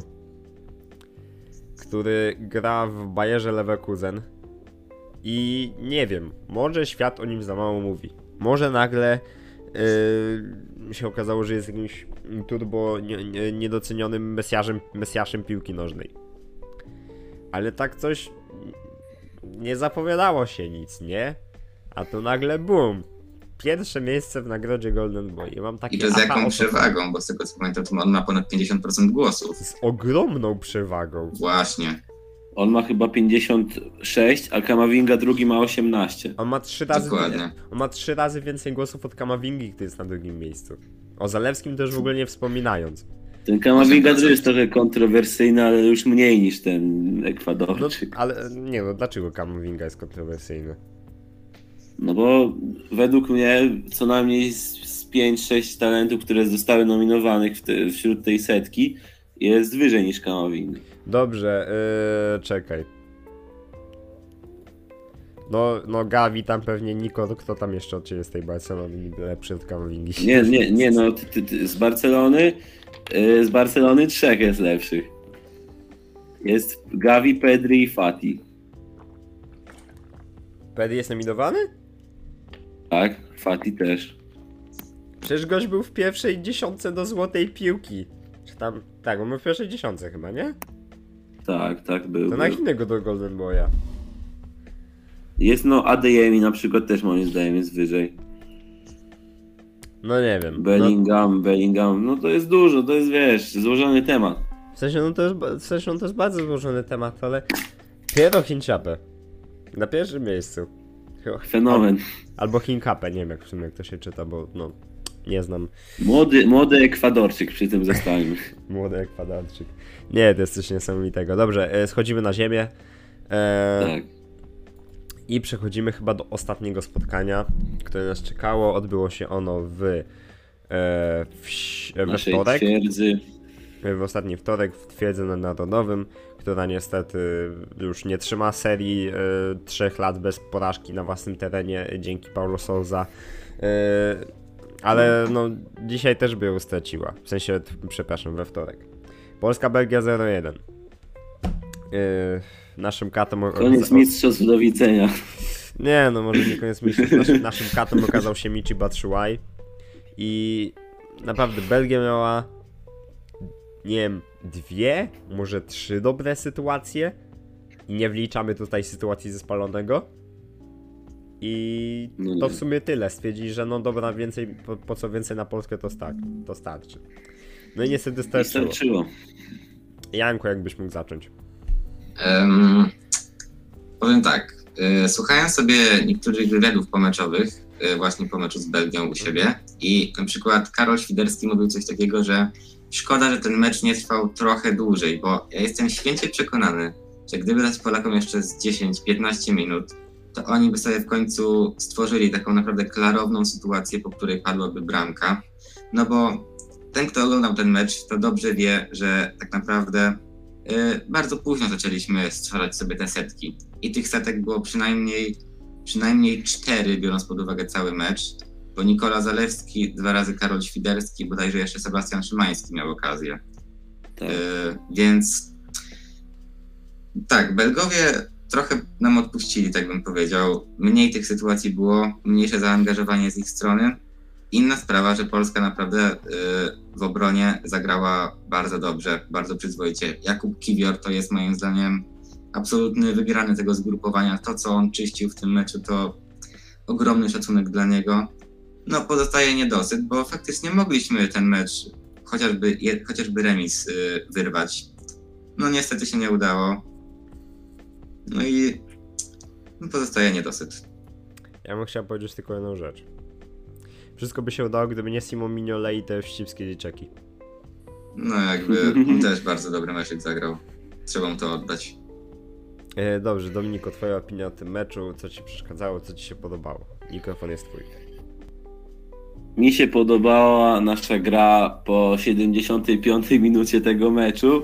który gra w Bayerze Leverkusen i nie wiem, może świat o nim za mało mówi. Może nagle yy, się okazało, że jest jakimś turbo nie, nie, niedocenionym mesjaszem, mesjaszem piłki nożnej. Ale tak coś nie zapowiadało się nic, nie? A tu nagle boom! Pierwsze miejsce w nagrodzie Golden Boy. Ja mam takie
I to z
aha,
jaką
o co
przewagą, bo z tego co pamiętam, to on ma ponad pięćdziesiąt procent głosów.
z ogromną przewagą.
Właśnie.
On ma chyba pięćdziesiąt sześć, a Camavinga drugi ma osiemnaście.
On ma trzy razy,
Dokładnie.
on ma trzy razy więcej głosów od Camavingi, który jest na drugim miejscu. O Zalewskim też w ogóle nie wspominając.
Ten Camavinga też jest trochę kontrowersyjny, ale już mniej niż ten
No,
Ekwadorczyk.
ale nie no, dlaczego Camavinga jest kontrowersyjny?
No bo według mnie co najmniej z pięć sześć talentów, które zostały nominowanych w te, wśród tej setki, jest wyżej niż Camavinga.
Dobrze, yy, czekaj. No, no Gavi tam pewnie Niko, kto tam jeszcze od ciebie z tej Barcelony lepszy od Camavingi?
Nie, nie, nie no, ty, ty, ty, z Barcelony yy, z Barcelony trzech jest lepszych. Jest Gavi, Pedri i Fati.
Pedri jest nominowany?
Tak, Fati też.
Przecież gość był w pierwszej dziesiątce do złotej piłki. Czy tam, tak, on był w pierwszej dziesiątce chyba, nie?
Tak, tak był.
To na
był.
innego do Golden Boya.
Jest no Adeyemi na przykład też moim zdaniem jest wyżej.
No nie wiem. No,
Bellingham, Bellingham, no to jest dużo, to jest wiesz, złożony temat.
w sensie, no to jest, ba- w sensie, no to jest bardzo złożony temat, ale Piero Hinciapę na pierwszym miejscu. Chyba-
Fenomen.
Albo Hincapę, nie wiem jak w sumie jak to się czyta, bo no, nie znam.
Młody, młody Ekwadorczyk przy tym zostańmy.
Młody Ekwadorczyk. Nie, to jest coś niesamowitego. Dobrze, e, schodzimy na ziemię. E,
Tak.
I przechodzimy chyba do ostatniego spotkania, które nas czekało. Odbyło się ono w, e, w, ś- we
Naszej
wtorek.
twierdzy.
W ostatni wtorek w Twierdzy Narodowym, która niestety już nie trzyma serii e, trzech lat bez porażki na własnym terenie dzięki Paulo Sousa. E, ale no dzisiaj też by ją straciła. W sensie, t- przepraszam, we wtorek. Polska-Belgia zero jeden. E, naszym katem... o-
Koniec
o-
mistrzostw, do widzenia.
Nie, no może nie koniec mistrzostw. Naszym, naszym katem okazał się Michi Batshuayi. I naprawdę Belgia miała, nie wiem, dwie, może trzy dobre sytuacje. I nie wliczamy tutaj sytuacji ze spalonego. i
No
to
nie.
w sumie tyle. Stwierdzili, że no dobra, więcej, po, po co więcej na Polskę to, sta to starczy. No i niestety
I
starczyło.
starczyło.
Janko, jakbyś mógł zacząć.
Um, powiem tak, y, słuchałem sobie niektórych wywiadów pomeczowych, y, właśnie po meczu z Belgią u siebie i na przykład Karol Świderski mówił coś takiego, że szkoda, że ten mecz nie trwał trochę dłużej, bo ja jestem święcie przekonany, że gdyby dać Polakom jeszcze z dziesięć piętnaście minut, to oni by sobie w końcu stworzyli taką naprawdę klarowną sytuację, po której padłaby bramka. No bo ten, kto oglądał ten mecz, to dobrze wie, że tak naprawdę y, bardzo późno zaczęliśmy strzelać sobie te setki. I tych setek było przynajmniej, przynajmniej cztery, biorąc pod uwagę cały mecz, bo Nikola Zalewski, dwa razy Karol Świderski, bodajże jeszcze Sebastian Szymański miał okazję.
Tak.
Y, więc tak, Belgowie trochę nam odpuścili, tak bym powiedział. Mniej tych sytuacji było, mniejsze zaangażowanie z ich strony. Inna sprawa, że Polska naprawdę y, w obronie zagrała bardzo dobrze, bardzo przyzwoicie. Jakub Kiwior to jest moim zdaniem absolutny wygrany tego zgrupowania. To, co on czyścił w tym meczu, to ogromny szacunek dla niego. No, pozostaje niedosyt, bo faktycznie mogliśmy ten mecz, chociażby, je, chociażby remis y, wyrwać. No niestety się nie udało. No i no, pozostaje niedosyt.
Ja bym chciał powiedzieć tylko jedną rzecz. Wszystko by się udało, gdyby nie Simon Mignolet i te wścibskie dzieciaki.
No jakby on też bardzo dobry meczek zagrał. Trzeba mu to oddać.
E, dobrze, Dominiko, twoja opinia o tym meczu, co ci przeszkadzało, co ci się podobało? Mikrofon jest twój.
Mi się podobała nasza gra po siedemdziesiątej piątej minucie tego meczu.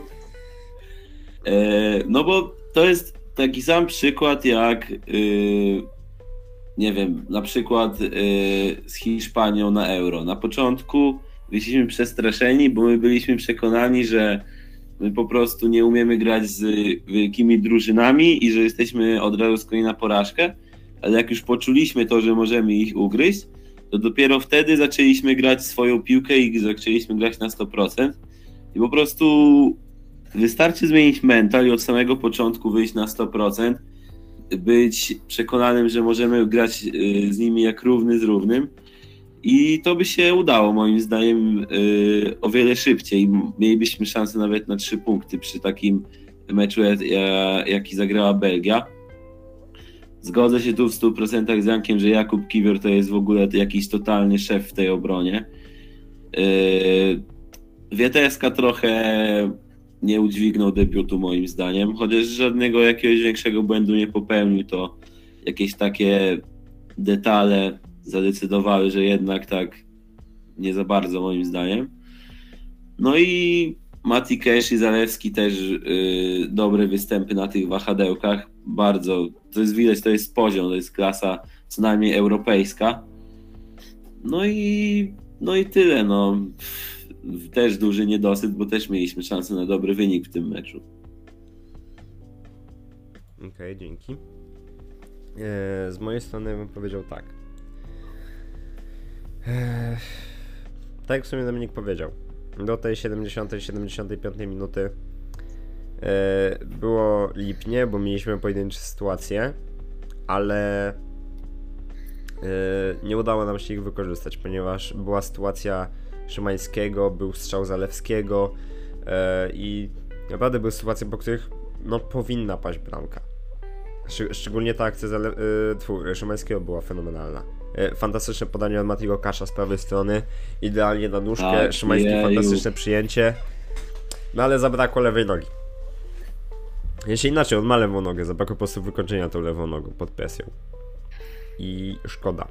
E, no bo to jest taki sam przykład jak yy, nie wiem, na przykład yy, z Hiszpanią na Euro. Na początku byliśmy przestraszeni, bo my byliśmy przekonani, że my po prostu nie umiemy grać z wielkimi drużynami i że jesteśmy od razu skłonni na porażkę, ale jak już poczuliśmy to, że możemy ich ugryźć, to dopiero wtedy zaczęliśmy grać swoją piłkę i zaczęliśmy grać na sto procent i po prostu wystarczy zmienić mental i od samego początku wyjść na sto procent, być przekonanym, że możemy grać z nimi jak równy z równym i to by się udało moim zdaniem o wiele szybciej. Mielibyśmy szansę nawet na trzy punkty przy takim meczu, jaki zagrała Belgia. Zgodzę się tu w stu procentach z Jankiem, że Jakub Kiwior to jest w ogóle jakiś totalny szef w tej obronie. Wieteska trochę nie udźwignął debiutu moim zdaniem, chociaż żadnego jakiegoś większego błędu nie popełnił, to jakieś takie detale zadecydowały, że jednak tak nie za bardzo moim zdaniem. No i Mati Cash i Zalewski też yy, dobre występy na tych wahadełkach, bardzo, to jest widać, to jest poziom, to jest klasa co najmniej europejska. No i, no i tyle, no. Też duży niedosyt, bo też mieliśmy szansę na dobry wynik w tym meczu.
Okej, okay, dzięki. Z mojej strony bym powiedział tak. Tak jak w sumie Dominik powiedział, do tej siedemdziesiątej siedemdziesiątej piątej minuty było lipnie, bo mieliśmy pojedyncze sytuacje, ale nie udało nam się ich wykorzystać, ponieważ była sytuacja Szymańskiego, był strzał Zalewskiego i naprawdę były sytuacje, po których no powinna paść bramka. Szczególnie ta akcja Zale- Tfu, Szymańskiego była fenomenalna. Fantastyczne podanie od Matiego Casza z prawej strony, idealnie na nóżkę,
tak,
Szymański
jeju.
Fantastyczne przyjęcie, no ale zabrakło lewej nogi. Jeśli inaczej, on ma lewą nogę, zabrakło po prostu wykończenia tą lewą nogą pod presją. I szkoda.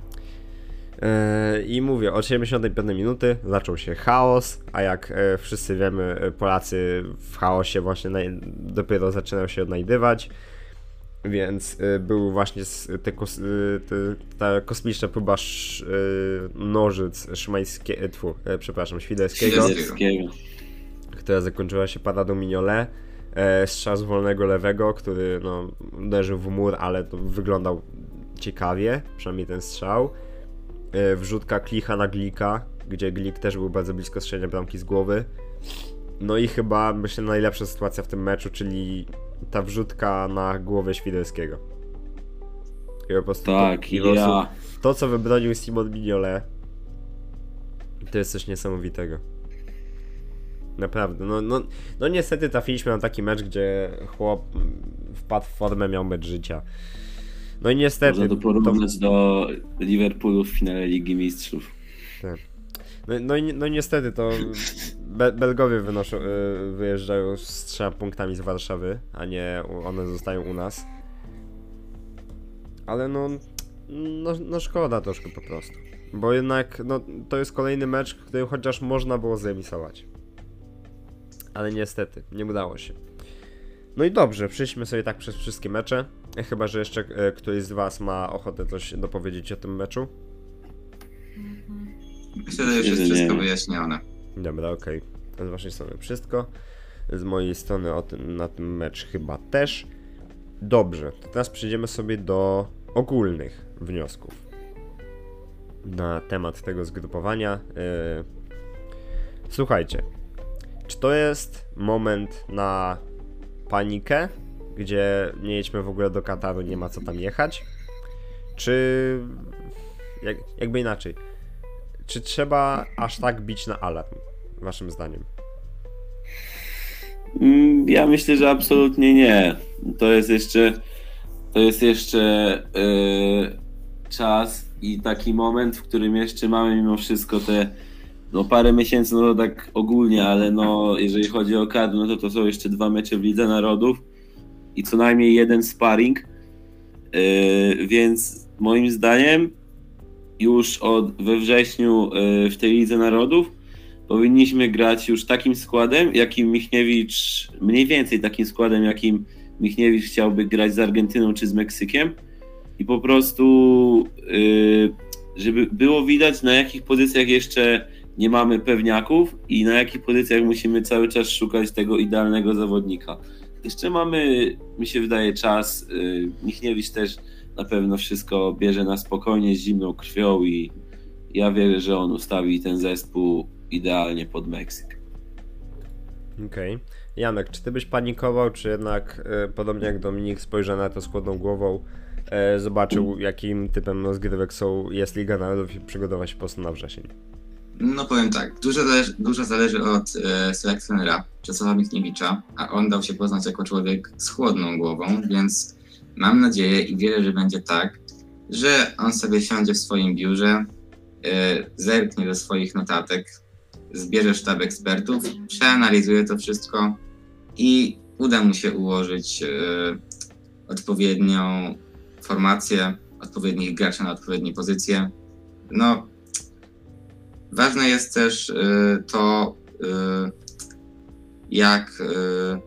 I mówię, od siedemdziesiątej piątej minuty zaczął się chaos, a jak wszyscy wiemy, Polacy w chaosie właśnie naj... dopiero zaczynają się odnajdywać, więc był właśnie te kos... te... ta kosmiczna próba sz... nożyc Szymańskiego, tfu, przepraszam, Świderskiego,
Świderskiego,
która zakończyła się paradą Mignolet, strzał z wolnego lewego, który no, uderzył w mur, ale to wyglądał ciekawie, przynajmniej ten strzał. Wrzutka Klicha na Glika, gdzie Glik też był bardzo blisko strzelenia bramki z głowy. No i chyba, myślę, najlepsza sytuacja w tym meczu, czyli ta wrzutka na głowę Świderskiego. I po prostu
Tak,
i po prostu
ja.
to, co wybronił Simon Mignolet, to jest coś niesamowitego. Naprawdę, no, no, no niestety trafiliśmy na taki mecz, gdzie chłop wpadł w formę, miał mecz życia. No i niestety...
Można to porównać do Liverpoolu w finale Ligi Mistrzów.
Tak. No, no, i- no i niestety to Be Belgowie wynoszą, y, wyjeżdżają z trzema punktami z Warszawy, a nie u- one zostają u nas. Ale no, no, no szkoda troszkę po prostu. Bo jednak no, to jest kolejny mecz, który chociaż można było zremisować. Ale niestety, nie udało się. No i dobrze, przejdziemy sobie tak przez wszystkie mecze. Chyba że jeszcze e, któryś z was ma ochotę coś dopowiedzieć o tym meczu.
Myślę, że już jest
Nie.
wszystko wyjaśnione.
Dobra, okej. Z waszej strony wszystko. Z mojej strony o tym, na tym mecz chyba też. Dobrze, to teraz przejdziemy sobie do ogólnych wniosków na temat tego zgrupowania. Yy, Słuchajcie, czy to jest moment na panikę, gdzie nie jedźmy w ogóle do Kataru, nie ma co tam jechać? Czy jak, jakby inaczej? Czy trzeba aż tak bić na alarm, waszym zdaniem?
Mm, Ja myślę, że absolutnie nie. To jest jeszcze to jest jeszcze yy, czas i taki moment, w którym jeszcze mamy mimo wszystko te no parę miesięcy, no to tak ogólnie, ale no jeżeli chodzi o kadr, no to to są jeszcze dwa mecze w Lidze Narodów i co najmniej jeden sparring, yy, więc moim zdaniem już od we wrześniu yy, w tej Lidze Narodów powinniśmy grać już takim składem, jakim Michniewicz, mniej więcej takim składem, jakim Michniewicz chciałby grać z Argentyną czy z Meksykiem i po prostu yy, żeby było widać, na jakich pozycjach jeszcze nie mamy pewniaków i na jakich pozycjach musimy cały czas szukać tego idealnego zawodnika. Jeszcze mamy, mi się wydaje, czas. Yy, Michniewicz też na pewno wszystko bierze na spokojnie, z zimną krwią i ja wierzę, że on ustawi ten zespół idealnie pod Meksyk.
Okej. Janek, czy ty byś panikował, czy jednak e, podobnie jak Dominik spojrzał na to z chłodną głową, e, zobaczył jakim typem rozgrywek są, jest Liga Narodów i przygotować się po prostu na wrzesień?
No powiem tak, dużo zależy, dużo zależy od e, selekcjonera Czesława Michniewicza, a on dał się poznać jako człowiek z chłodną głową, więc mam nadzieję i wierzę, że będzie tak, że on sobie siądzie w swoim biurze, e, zerknie do swoich notatek, zbierze sztab ekspertów, przeanalizuje to wszystko i uda mu się ułożyć e, odpowiednią formację, odpowiednich graczy na odpowiednie pozycje. No, ważne jest też y, to, y, jak y,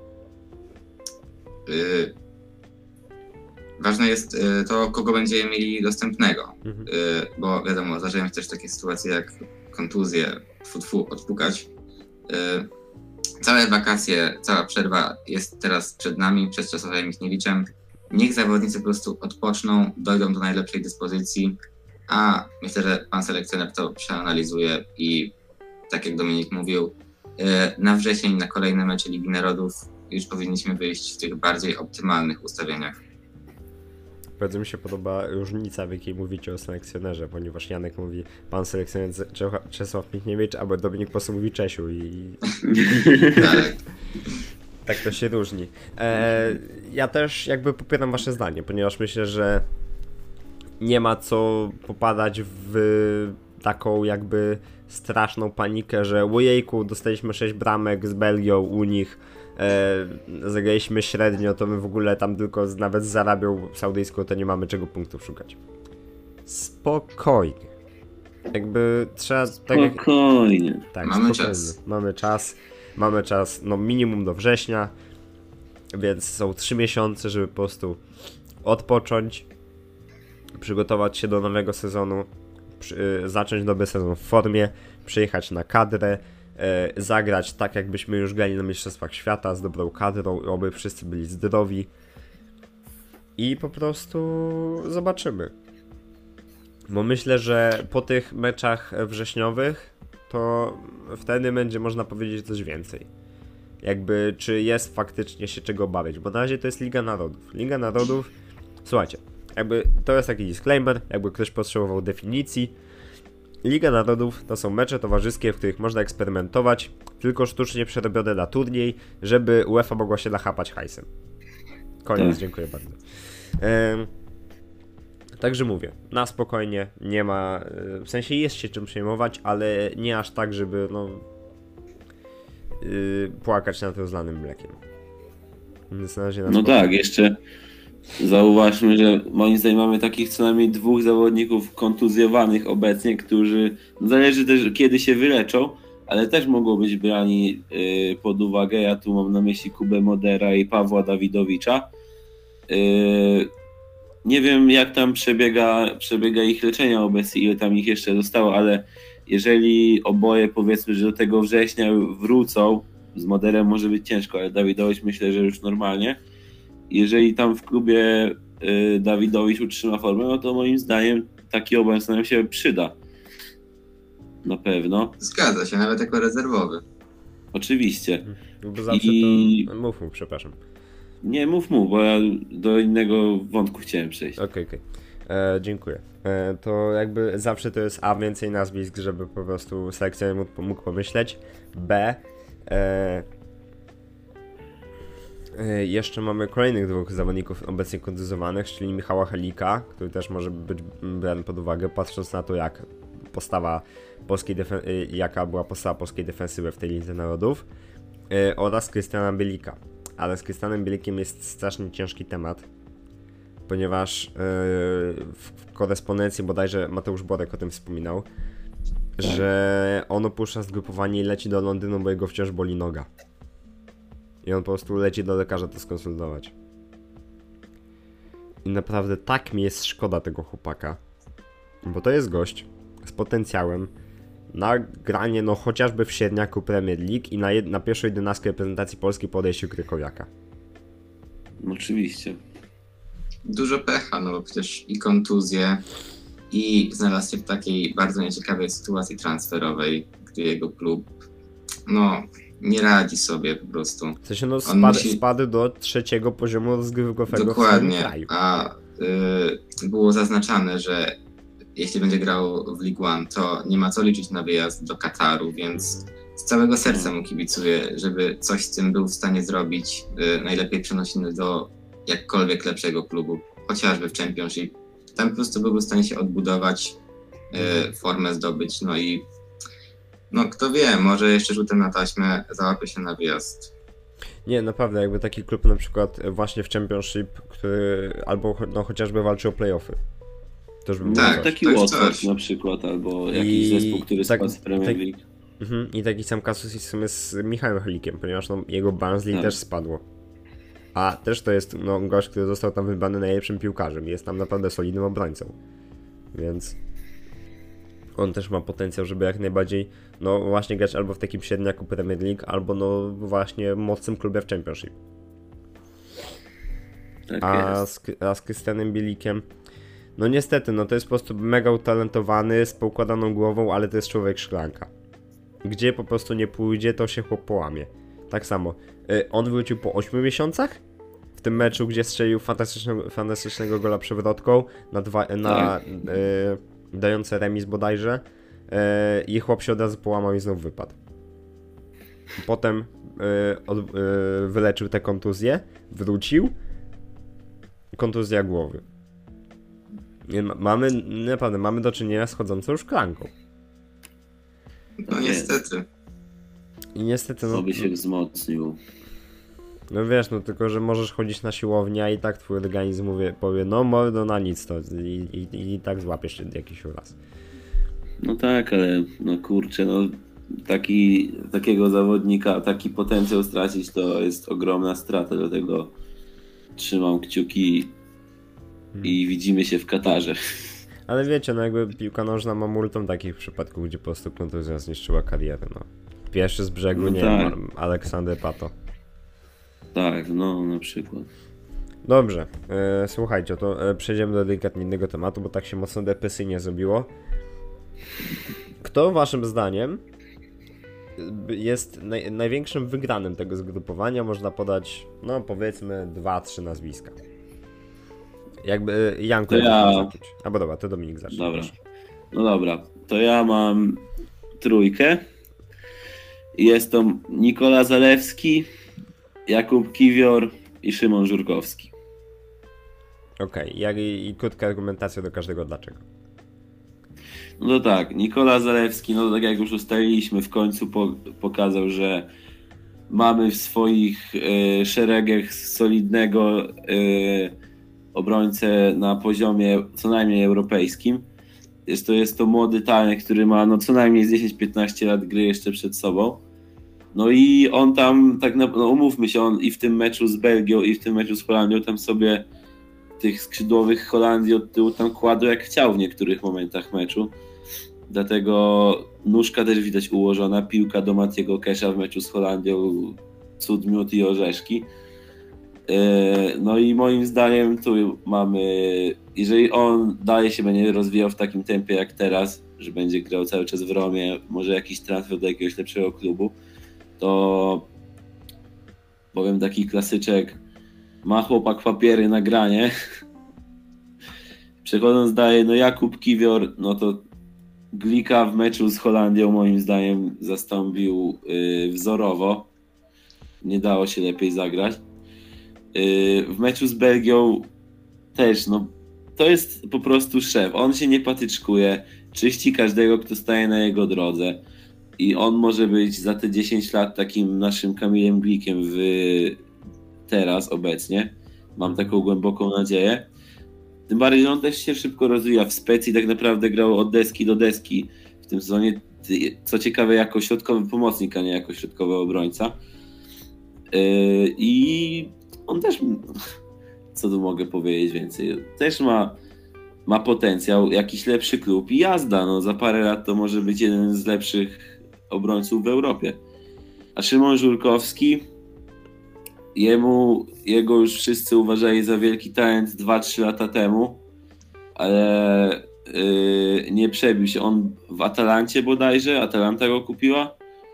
y, ważne jest y, to, kogo będziemy mieli dostępnego,
Mhm.
y, bo wiadomo, zdarzają się też takie sytuacje jak kontuzje, tfu, tfu, odpukać. Y, całe wakacje, cała przerwa jest teraz przed nami, przed Czesławem Michniewiczem. Niech zawodnicy po prostu odpoczną, dojdą do najlepszej dyspozycji, a myślę, że pan selekcjoner to przeanalizuje i tak jak Dominik mówił, na wrzesień, na kolejne mecze Ligi Narodów już powinniśmy wyjść w tych bardziej optymalnych ustawieniach.
Bardzo mi się podoba różnica, w jakiej mówicie o selekcjonerze, ponieważ Janek mówi pan selekcjoner Cze- Czesław Michniewicz, a Dominik po prostu mówi Czesiu i
Tak.
tak to się różni. E, ja też jakby popieram wasze zdanie, ponieważ myślę, że nie ma co popadać w taką jakby straszną panikę, że ojejku, dostaliśmy sześć bramek z Belgią u nich, e, zagraliśmy średnio, to my w ogóle tam tylko z, nawet z Arabią Saudyjską to nie mamy czego punktów szukać. Spokojnie. Jakby trzeba... Tak jak,
Spokojnie.
tak,
Mamy
spokojnie.
czas.
Mamy czas. Mamy czas, no minimum do września, więc są trzy miesiące, żeby po prostu odpocząć, przygotować się do nowego sezonu, przy, y, zacząć nowy sezon w formie, przyjechać na kadrę, y, zagrać tak jakbyśmy już grali na Mistrzostwach Świata z dobrą kadrą, oby wszyscy byli zdrowi i po prostu zobaczymy. Bo myślę, że po tych meczach wrześniowych to wtedy będzie można powiedzieć coś więcej. Jakby, czy jest faktycznie się czego obawiać, bo na razie to jest Liga Narodów. Liga Narodów, słuchajcie, jakby to jest taki disclaimer, jakby ktoś potrzebował definicji. Liga Narodów to są mecze towarzyskie, w których można eksperymentować, tylko sztucznie przerobione na turniej, żeby UEFA mogła się nachapać hajsem. Koniec,
Tak.
dziękuję bardzo. Ehm, także mówię, na spokojnie, nie ma, w sensie jest się czym przejmować, ale nie aż tak, żeby no yy, płakać nad rozlanym mlekiem. Więc na razie na
No
spokojnie.
tak, jeszcze zauważmy, że moim zdaniem mamy takich co najmniej dwóch zawodników kontuzjowanych obecnie, którzy, no zależy też kiedy się wyleczą, ale też mogą być brani y, pod uwagę. Ja tu mam na myśli Kubę Modera i Pawła Dawidowicza. Y, nie wiem jak tam przebiega, przebiega ich leczenie obecnie, ile tam ich jeszcze zostało, ale jeżeli oboje powiedzmy, że do tego września wrócą, z Moderem może być ciężko, ale Dawidowicz myślę, że już normalnie. Jeżeli tam w klubie y, Dawidowicz utrzyma formę, no to moim zdaniem taki obraz nam się przyda. Na pewno.
Zgadza się, nawet jako rezerwowy.
Oczywiście.
Bo zawsze
I-
to... Mów, mów, przepraszam.
Nie mów mu, bo ja do innego wątku chciałem przejść.
Okej, okej. E, Dziękuję. E, to jakby zawsze to jest A, więcej nazwisk, żeby po prostu selekcjoner mógł, mógł pomyśleć. B. E, e, jeszcze mamy kolejnych dwóch zawodników obecnie kontuzjowanych, czyli Michała Helika, który też może być brany pod uwagę, patrząc na to, jak postawa polskiej defen- e, jaka była postawa polskiej defensywy w tej Lidze Narodów, e, oraz Krystiana Bielika. Ale z Krystianem Bielikiem jest strasznie ciężki temat, ponieważ yy, w korespondencji bodajże Mateusz Borek o tym wspominał, że on opuszcza zgrupowanie i leci do Londynu, bo jego wciąż boli noga. I on po prostu leci do lekarza to skonsultować. I naprawdę tak mi jest szkoda tego chłopaka, bo to jest gość z potencjałem na granie no chociażby w średniaku Premier League i na, jed- na pierwszą jedenastkę reprezentacji Polski po odejściu Krychowiaka.
Oczywiście.
Dużo pecha, no bo przecież i kontuzje, i znalazł się w takiej bardzo nieciekawej sytuacji transferowej, gdy jego klub, no, nie radzi sobie po prostu.
W sensie no
On
spadł,
musi-
spadł do trzeciego poziomu rozgrywkowego w swoim
Dokładnie,
kraju.
a y, było zaznaczane, że jeśli będzie grał w League One, to nie ma co liczyć na wyjazd do Kataru, więc z całego serca mu kibicuję, żeby coś z tym był w stanie zrobić, y, najlepiej przenosimy do jakkolwiek lepszego klubu, chociażby w Championship. Tam po prostu byłby w stanie się odbudować, y, formę zdobyć, no i no kto wie, może jeszcze rzutem na taśmę załapie się na wyjazd.
Nie, naprawdę, jakby taki klub na przykład właśnie w Championship, który albo cho- no, chociażby walczy o playoffy. To już by było
Tak,
coś.
Taki
to jest
Watford
coś.
na przykład, albo jakiś
I
zespół, który
tak-
spadł z Premier
tak-
League.
Mhm. I taki sam kasus jest w sumie z Michałem Helikiem, ponieważ no, jego Barnsley
Tak.
też spadło. A też to jest no, gość, który został tam wybrany najlepszym piłkarzem. Jest tam naprawdę solidnym obrońcą. Więc on też ma potencjał, żeby jak najbardziej no właśnie grać albo w takim średniaku Premier League, albo no właśnie mocnym klubie w Championship.
Tak
A
jest.
z, a z Krystianem Bielikiem, no niestety, no to jest po prostu mega utalentowany, z poukładaną głową, ale to jest człowiek szklanka. Gdzie po prostu nie pójdzie, to się chłop połamie. Tak samo. Y, on wrócił po ośmiu miesiącach? W tym meczu, gdzie strzelił fantastycznego, fantastycznego gola przewrotką na, dwa, na
Tak.
y, dające remis bodajże. Y, I chłop się od razu połamał i znów wypadł. Potem y, od, y, wyleczył te kontuzje, wrócił. Kontuzja głowy. Nie, ma- mamy, naprawdę, mamy do czynienia z chodzącą szklanką.
No
Tak jest.
niestety.
I niestety, no,
Oby się wzmocnił.
no wiesz, no tylko, że możesz chodzić na siłownię, a i tak twój organizm mówi, powie, no mordo, na nic to i, i, i tak złapiesz jakiś uraz.
No tak, ale no kurczę, no taki, takiego zawodnika, taki potencjał stracić to jest ogromna strata, dlatego trzymam kciuki i widzimy się w Katarze.
Ale wiecie, no jakby piłka nożna ma multum takich przypadków, gdzie po prostu kontuzja zniszczyła karierę, no. Pierwszy z brzegu,
No
nie
tak.
wiem, Aleksander Pato.
Tak, no na przykład.
Dobrze, e, słuchajcie, to e, przejdziemy do delikatnie innego tematu, bo tak się mocno depresyjnie zrobiło. Kto waszym zdaniem y, jest naj, największym wygranym tego zgrupowania? Można podać, no powiedzmy, dwa, trzy nazwiska. Jakby Janku,
To
jakbyś
ja-
mógł zacząć. Albo dobra, to Dominik zacznie.
Dobra.
proszę.
No dobra, to ja mam trójkę. Jest to Nikola Zalewski, Jakub Kiwior i Szymon Żurkowski.
Okej, jak i, i krótka argumentacja do każdego dlaczego.
No to tak, Nikola Zalewski, no tak jak już ustaliliśmy, w końcu po, pokazał, że mamy w swoich e, szeregach solidnego e, obrońcę na poziomie co najmniej europejskim. Jest to, jest to młody talent, który ma no co najmniej z dziesięć piętnaście lat gry jeszcze przed sobą. No i on tam, tak na, no umówmy się, on i w tym meczu z Belgią, i w tym meczu z Holandią tam sobie tych skrzydłowych Holandii od tyłu tam kładł jak chciał w niektórych momentach meczu. Dlatego nóżka też widać ułożona, piłka do Matiego Kesha w meczu z Holandią, cud, miód i orzeszki. No i moim zdaniem tu mamy, jeżeli on dalej się będzie rozwijał w takim tempie jak teraz, że będzie grał cały czas w Romie, może jakiś transfer do jakiegoś lepszego klubu, to powiem taki klasyczek, ma chłopak papiery na granie. Przechodząc dalej, no Jakub Kiwior, no to Glika w meczu z Holandią moim zdaniem zastąpił yy, wzorowo. Nie dało się lepiej zagrać. Yy, w meczu z Belgią też, no to jest po prostu szef. On się nie patyczkuje, czyści każdego, kto staje na jego drodze. I on może być za te dziesięć lat takim naszym Kamilem Glikiem w teraz, obecnie. Mam taką głęboką nadzieję. Tym bardziej, że on też się szybko rozwija w Specji, tak naprawdę grał od deski do deski w tym sezonie. Co ciekawe, jako środkowy pomocnik, a nie jako środkowy obrońca. I on też, co tu mogę powiedzieć więcej, też ma, ma potencjał, jakiś lepszy klub i jazda. No, za parę lat to może być jeden z lepszych obrońców w Europie. A Szymon Żurkowski, Jemu, jego już wszyscy uważali za wielki talent dwa trzy lata temu, ale yy, nie przebił się. On w Atalancie bodajże, Atalanta go kupiła?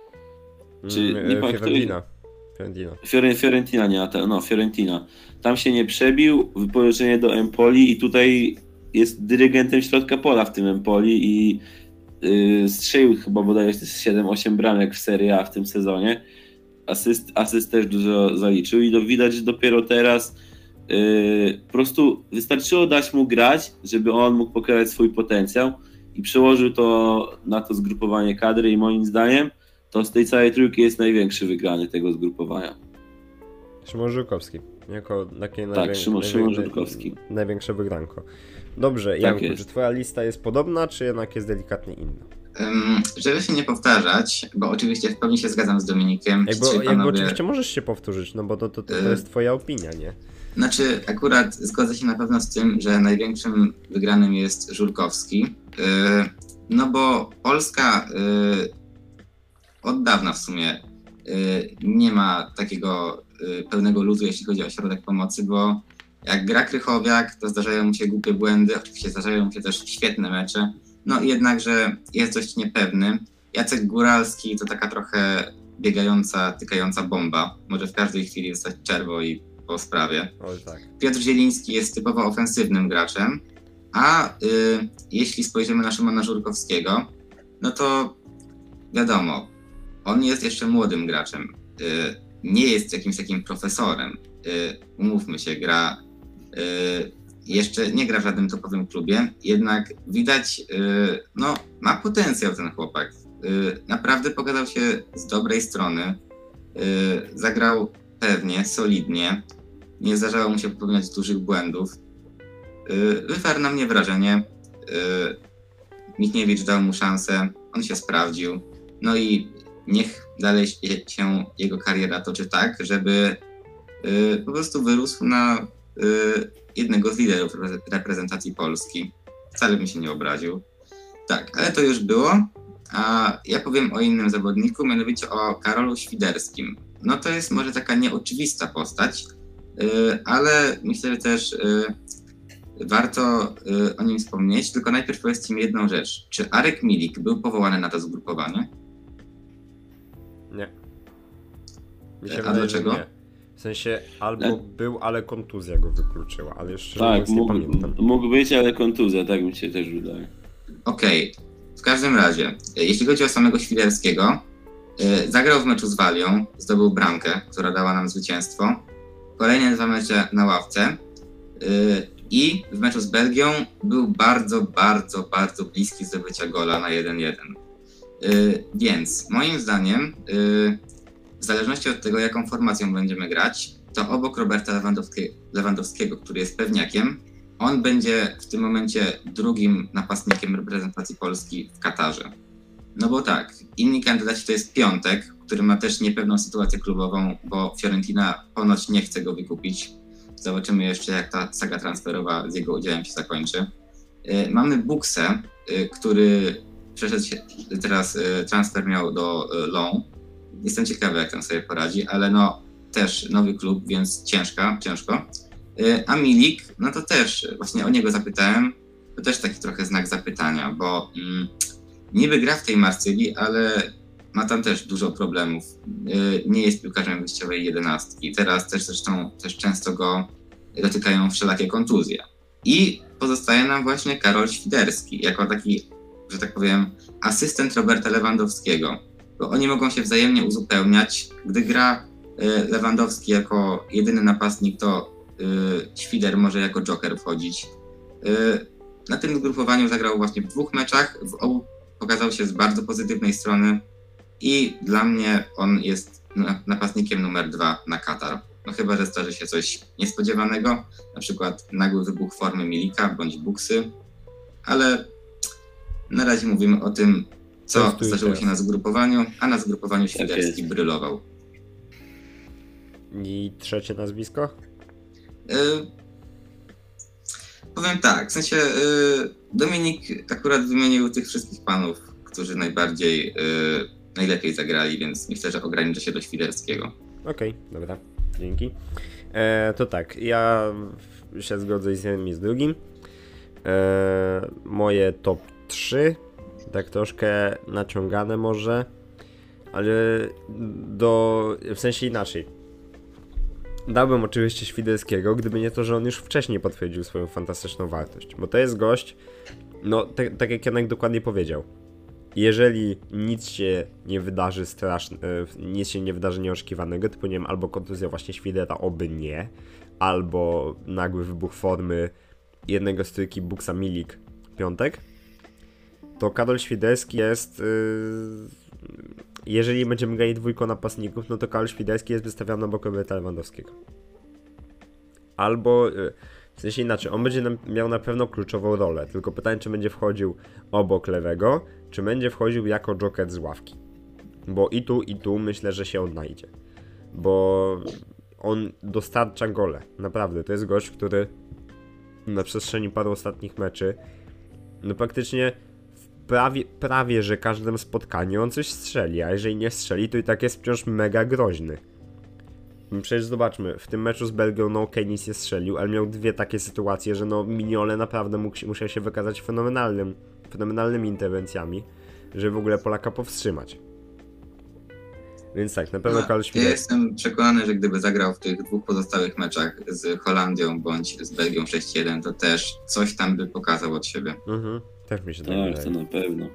Czy
Mm,
nie pamiętam,
Fiorentina. Fiorentina.
Fiore- Fiorentina, nie Atal- no Fiorentina. Tam się nie przebił, wypożyczenie do Empoli i tutaj jest dyrygentem środka pola w tym Empoli i yy, strzelił chyba bodajże siedem osiem bramek w Serie A w tym sezonie. Asyst, asyst też dużo zaliczył i do, widać, że dopiero teraz yy, po prostu wystarczyło dać mu grać, żeby on mógł pokazać swój potencjał i przełożył to na to zgrupowanie kadry i moim zdaniem to z tej całej trójki jest największy wygrany tego zgrupowania.
Szymon Żurkowski. Jako takie
Tak,
najwię...
Szymon,
najwię...
Szymon Żurkowski.
największe wygranko. Dobrze,
Tak
Janku,
jest.
czy twoja lista jest podobna, czy jednak jest delikatnie inna?
Um, żeby się nie powtarzać, bo oczywiście w pełni się zgadzam z Dominikiem.
Jakby,
Ci
jakby
panowie...
oczywiście możesz się powtórzyć, no bo to, to, to, to
Y-
jest twoja opinia, nie?
Znaczy, akurat zgodzę się na pewno z tym, że największym wygranym jest Żurkowski. Yy, no bo Polska yy, od dawna w sumie yy, nie ma takiego yy, pełnego luzu, jeśli chodzi o środek pomocy, bo jak gra Krychowiak, to zdarzają mu się głupie błędy, oczywiście zdarzają mu się też świetne mecze, no jednakże jest dość niepewny. Jacek Góralski to taka trochę biegająca, tykająca bomba. Może w każdej chwili dostać czerwo i po sprawie.
Oj tak.
Piotr Zieliński jest typowo ofensywnym graczem, a y, jeśli spojrzymy na Szymona Żurkowskiego, no to wiadomo, on jest jeszcze młodym graczem. Y, nie jest jakimś takim profesorem. Y, umówmy się, gra y, jeszcze nie gra w żadnym topowym klubie, jednak widać, y, no ma potencjał ten chłopak. Y, naprawdę pokazał się z dobrej strony. Y, zagrał pewnie, solidnie. Nie zdarzało mu się popełniać dużych błędów. Yy, wywarł na mnie wrażenie. Yy, Michniewicz dał mu szansę, on się sprawdził. No i niech dalej się jego kariera toczy tak, żeby yy, po prostu wyrósł na yy, jednego z liderów reprezentacji Polski. Wcale bym się nie obraził. Tak, ale to już było. A ja powiem o innym zawodniku, mianowicie o Karolu Świderskim. No to jest może taka nieoczywista postać, ale myślę, że też warto o nim wspomnieć. Tylko najpierw powiedzcie mi jedną rzecz. Czy Arek Milik był powołany na to zgrupowanie?
Nie. Mi się
A
wydaje,
dlaczego?
że nie. W sensie albo
Tak.
był, ale kontuzja go wykluczyła, ale jeszcze
Tak,
nie
mógł,
pamiętam.
mógł być, ale kontuzja, tak mi się też wydaje.
Okej, w każdym razie, e, jeśli chodzi o samego Świderskiego, e, zagrał w meczu z Walią, zdobył bramkę, która dała nam zwycięstwo. Kolejne dwa mecze na ławce e, i w meczu z Belgią był bardzo, bardzo, bardzo bliski zdobycia gola na jeden jeden. E, Więc moim zdaniem, e, w zależności od tego, jaką formacją będziemy grać, to obok Roberta Lewandowskie- Lewandowskiego, który jest pewniakiem, on będzie w tym momencie drugim napastnikiem reprezentacji Polski w Katarze. No bo tak, inni kandydaci to jest Piątek, który ma też niepewną sytuację klubową, bo Fiorentina ponoć nie chce go wykupić. Zobaczymy jeszcze, jak ta saga transferowa z jego udziałem się zakończy. Yy, Mamy Buksę, yy, który przeszedł się, teraz yy, transfer miał do yy, Lyon. Jestem ciekawy, jak tam sobie poradzi, ale no też nowy klub, więc ciężka, ciężko. Yy, A Milik, no to też właśnie o niego zapytałem. To też taki trochę znak zapytania, bo mm, niby gra w tej Marsylii, ale ma tam też dużo problemów. Yy, Nie jest piłkarzem wyjściowej jedenastki. Teraz też zresztą też często go dotykają wszelakie kontuzje. I pozostaje nam właśnie Karol Świderski, jako taki, że tak powiem, asystent Roberta Lewandowskiego. Bo oni mogą się wzajemnie uzupełniać. Gdy gra y, Lewandowski jako jedyny napastnik, to y, Świder może jako joker wchodzić. Y, na tym zgrupowaniu zagrał właśnie w dwóch meczach. W obu pokazał się z bardzo pozytywnej strony i dla mnie on jest na- napastnikiem numer dwa na Katar. No chyba, że zdarzy się coś niespodziewanego, na przykład nagły wybuch formy Milika bądź Buksy, ale na razie mówimy o tym, co
To jest tu i
zdarzyło
teraz.
się na zgrupowaniu, a na zgrupowaniu Świderski
jest.
brylował.
I trzecie nazwisko?
Yy, powiem tak, w sensie yy, Dominik akurat wymienił tych wszystkich panów, którzy najbardziej, yy, najlepiej zagrali, więc myślę, że ograniczę się do Świderskiego.
Okej, dobra, dzięki. E, to tak, ja się zgodzę z jednym i z drugim. E, moje top trzy, tak troszkę naciągane może, ale do, w sensie inaczej. Dałbym oczywiście Świderskiego, gdyby nie to, że on już wcześniej potwierdził swoją fantastyczną wartość, bo to jest gość, no tak, tak jak Janek dokładnie powiedział. Jeżeli nic się nie wydarzy straszne, nic się nie wydarzy nieoczekiwanego, typu nie wiem, albo kontuzja właśnie Świdera, oby nie, albo nagły wybuch formy jednego z trójki Buksa Milik Piątek, to Karol Świderski jest, yy, jeżeli będziemy grali dwójką napastników, no to Karol Świderski jest wystawiony obok Roberta Lewandowskiego. Albo, yy, w sensie inaczej, on będzie nam, miał na pewno kluczową rolę, tylko pytanie, czy będzie wchodził obok lewego, czy będzie wchodził jako joker z ławki. Bo i tu, i tu myślę, że się odnajdzie. Bo on dostarcza gole. Naprawdę, to jest gość, który na przestrzeni paru ostatnich meczy, no praktycznie w prawie, prawie, że każdym spotkaniu on coś strzeli, a jeżeli nie strzeli, to i tak jest wciąż mega groźny. Przecież zobaczmy, w tym meczu z Belgią, no okej, nic nie strzelił, ale miał dwie takie sytuacje, że no Mignolet naprawdę mógł, musiał się wykazać fenomenalnym, fenomenalnymi interwencjami, żeby w ogóle Polaka powstrzymać. Więc tak, na pewno
No,
Karol
ja
Świderski.
jestem przekonany, że gdyby zagrał w tych dwóch pozostałych meczach z Holandią bądź z Belgią sześć jeden, to też coś tam by pokazał od siebie.
Mhm, też mi się tak
Tak, to
wydaje.
na pewno.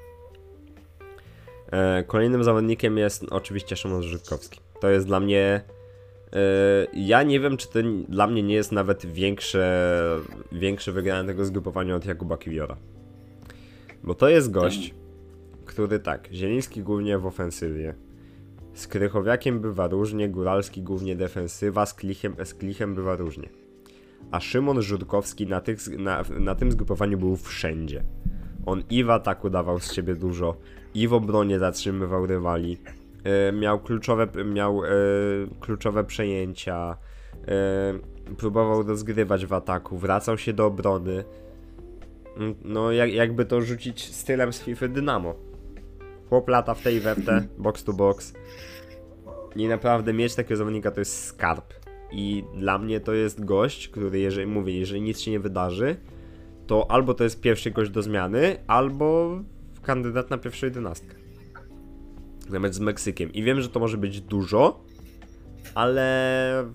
E, kolejnym zawodnikiem jest oczywiście Szymon Żydkowski. To jest dla mnie... E, ja nie wiem, czy to n- dla mnie nie jest nawet większe, większe wygranie tego zgrupowania od Jakuba Kiwiora. Bo to jest gość, który tak, Zieliński głównie w ofensywie, z Krychowiakiem bywa różnie, Góralski głównie defensywa, z Klichem, z Klichem bywa różnie. A Szymon Żurkowski na, tych, na, na tym zgrupowaniu był wszędzie. On i w ataku dawał z siebie dużo, i w obronie zatrzymywał rywali. E, miał kluczowe, miał e, kluczowe przejęcia, e, próbował rozgrywać w ataku, wracał się do obrony. Mm, No jak, jakby to rzucić stylem z FIFA Dynamo. Chłop lata w tej werte, box to box. I naprawdę mieć takiego zawodnika to jest skarb. I dla mnie to jest gość, który, jeżeli mówię, jeżeli nic się nie wydarzy, to albo to jest pierwszy gość do zmiany, albo kandydat na pierwszą jedenastkę. Nawet z Meksykiem. I wiem, że to może być dużo, ale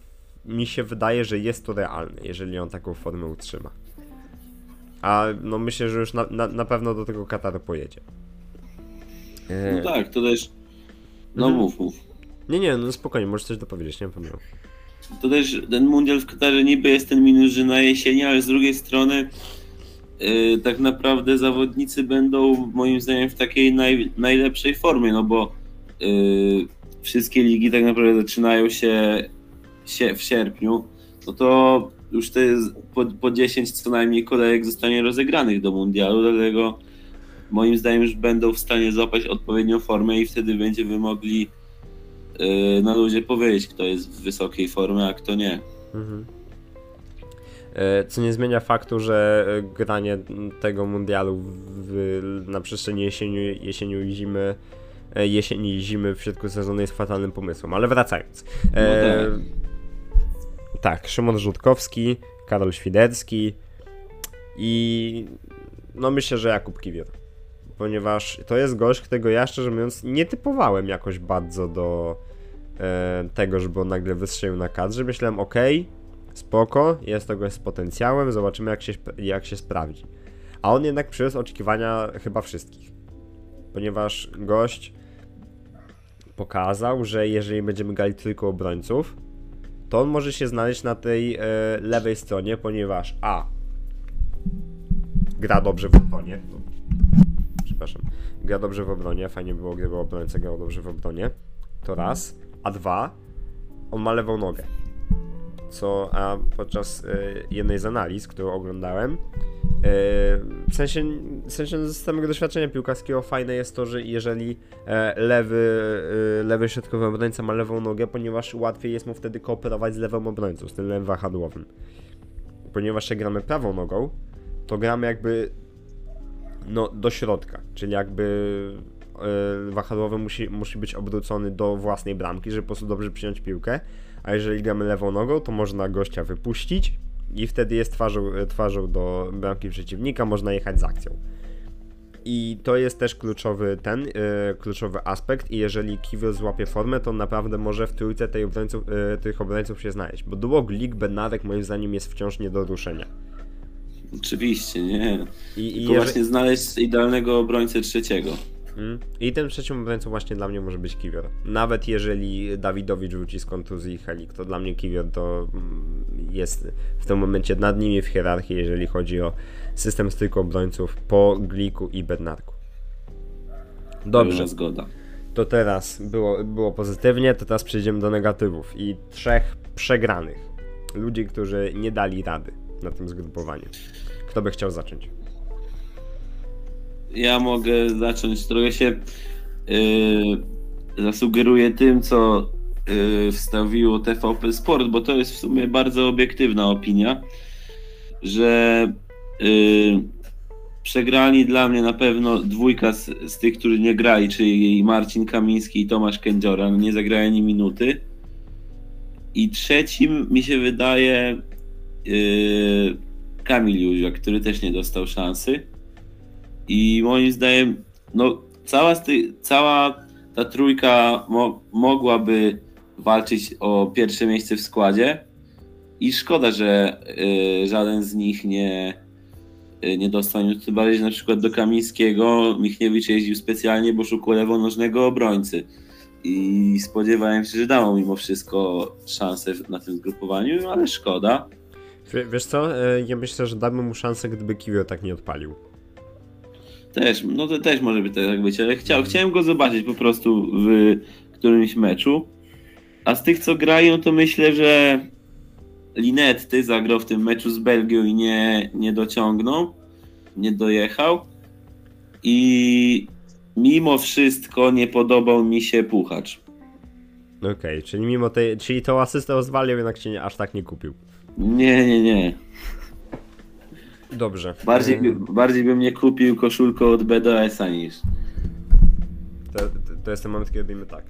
mi się wydaje, że jest to realne, jeżeli on taką formę utrzyma. A no myślę, że już na, na, na pewno do tego Kataru pojedzie.
No tak, to też... No
Mhm.
mów, mów.
Nie, nie, no spokojnie, możesz coś dopowiedzieć, nie mam problemu.
To też ten mundial w Katarze niby jest ten minus, że na jesieni, ale z drugiej strony yy, tak naprawdę zawodnicy będą moim zdaniem w takiej naj, najlepszej formie, no bo yy, wszystkie ligi tak naprawdę zaczynają się, się w sierpniu, no to już te po, po dziesięć co najmniej kolejek zostanie rozegranych do mundialu, dlatego moim zdaniem już będą w stanie złapać odpowiednią formę i wtedy będziemy mogli yy, na ludzie powiedzieć, kto jest w wysokiej formie, a kto nie.
Mhm. E, Co nie zmienia faktu, że e, granie tego mundialu w, na przestrzeni jesieni, jesieni i zimy, e, jesieni i zimy w środku sezonu jest fatalnym pomysłem. Ale wracając. E,
No tak.
tak, Szymon Rzutkowski, Karol Świderski i no myślę, że Jakub Kiwior. Ponieważ to jest gość, którego ja szczerze mówiąc nie typowałem jakoś bardzo do e, tego, żeby on nagle wystrzelił na kadrze. Myślałem, okej, spoko, jest to gość z potencjałem, zobaczymy jak się, jak się sprawdzi. A on jednak przyniósł oczekiwania chyba wszystkich. Ponieważ gość pokazał, że jeżeli będziemy grali tylko obrońców, to on może się znaleźć na tej e, lewej stronie, ponieważ a gra dobrze w obronie. Przepraszam. Gra dobrze w obronie, fajnie było, gdyby obrońca grał dobrze w obronie. To raz. A dwa, on ma lewą nogę. Co, a podczas y, jednej z analiz, którą oglądałem, y, w sensie, w sensie z samego doświadczenia piłkarskiego fajne jest to, że jeżeli e, lewy, y, lewy środkowy obrońca ma lewą nogę, ponieważ łatwiej jest mu wtedy kooperować z lewym obrońcą, z tym lewym wahadłowym. Ponieważ jak gramy prawą nogą, to gramy jakby no, do środka, czyli jakby yy, wahadłowy musi, musi być obrócony do własnej bramki, żeby po prostu dobrze przyjąć piłkę, a jeżeli gramy lewą nogą, to można gościa wypuścić i wtedy jest twarzą, twarzą do bramki przeciwnika, można jechać z akcją. I to jest też kluczowy ten, yy, kluczowy aspekt i jeżeli Kiwior złapie formę, to naprawdę może w trójce tej obrońców, yy, tych obrońców się znaleźć, bo duo Glik Bednarek moim zdaniem jest wciąż nie do ruszenia.
Oczywiście, nie.
I, i
Tylko
jeżeli...
właśnie znaleźć idealnego obrońcę trzeciego.
Mm. I tym trzecim obrońcą właśnie dla mnie może być Kiwior. Nawet jeżeli Dawidowicz wróci z kontuzji Helik, to dla mnie Kiwior to jest w tym momencie nad nimi w hierarchii, jeżeli chodzi o system styku obrońców po Gliku i Bednarku. Dobrze.
Pełna zgoda.
To teraz było, było pozytywnie, to teraz przejdziemy do negatywów i trzech przegranych. Ludzi, którzy nie dali rady na tym zgrupowaniu. Kto by chciał zacząć?
Ja mogę zacząć. Trochę się yy, zasugeruję tym, co yy, wstawiło T V P Sport, bo to jest w sumie bardzo obiektywna opinia, że yy, przegrali dla mnie na pewno dwójka z, z tych, którzy nie grali, czyli Marcin Kamiński i Tomasz Kędziora, nie zagrali ani minuty. I trzecim mi się wydaje yy, Kamil Jóźwiak, który też nie dostał szansy. I moim zdaniem no, cała, ty, cała ta trójka mo, mogłaby walczyć o pierwsze miejsce w składzie i szkoda, że yy, żaden z nich nie, yy, nie dostał minuty. Bardziej na przykład do Kamińskiego Michniewicz jeździł specjalnie, bo szukał lewonożnego obrońcy. I spodziewałem się, że dało mimo wszystko szansę na tym zgrupowaniu, ale szkoda.
W, wiesz co, ja myślę, że damy mu szansę, gdyby Kiwior tak nie odpalił.
Też, no to też może być tak być, ale chciał, chciałem go zobaczyć po prostu w którymś meczu. A z tych, co grają, to myślę, że Linetty zagrał w tym meczu z Belgią i nie, nie dociągnął, nie dojechał. I mimo wszystko nie podobał mi się Puchacz.
Okej, okay, czyli mimo tej, czyli tą asystę rozwalił, jednak cię nie, aż tak nie kupił.
Nie, nie, nie.
Dobrze.
Bardziej, by, bardziej bym nie kupił koszulkę od B D S-a niż.
To, to, to jest ten moment, kiedy robimy tak.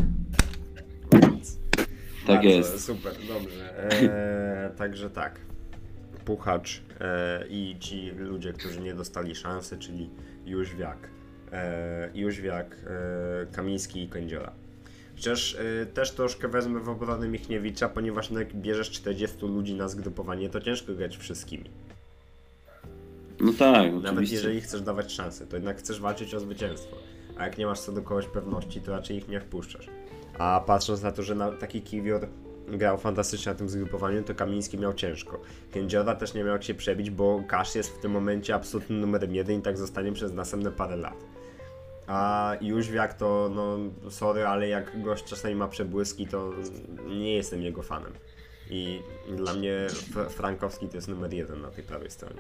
Tak
Bardzo,
jest.
Super, dobrze. Eee, także tak. Puchacz e, i ci ludzie, którzy nie dostali szansy, czyli Jóźwiak, e, Jóźwiak, e, Kamiński i Kędziora. Chociaż y, też troszkę wezmę w obronę Michniewicza, ponieważ no, jak bierzesz czterdziestu ludzi na zgrupowanie, to ciężko grać wszystkimi.
No tak,
Nawet
oczywiście.
jeżeli chcesz dawać szansę, to jednak chcesz walczyć o zwycięstwo. A jak nie masz co do kogoś pewności, to raczej ich nie wpuszczasz. A patrząc na to, że na, taki Kiwior grał fantastycznie na tym zgrupowaniu, to Kamiński miał ciężko. Kędziora też nie miał jak się przebić, bo Kasz jest w tym momencie absolutnym numerem jeden i tak zostanie przez następne parę lat. A Jóźwiak to, no sorry, ale jak gość czasami ma przebłyski, to nie jestem jego fanem. I dla mnie F- Frankowski to jest numer jeden na tej prawej stronie.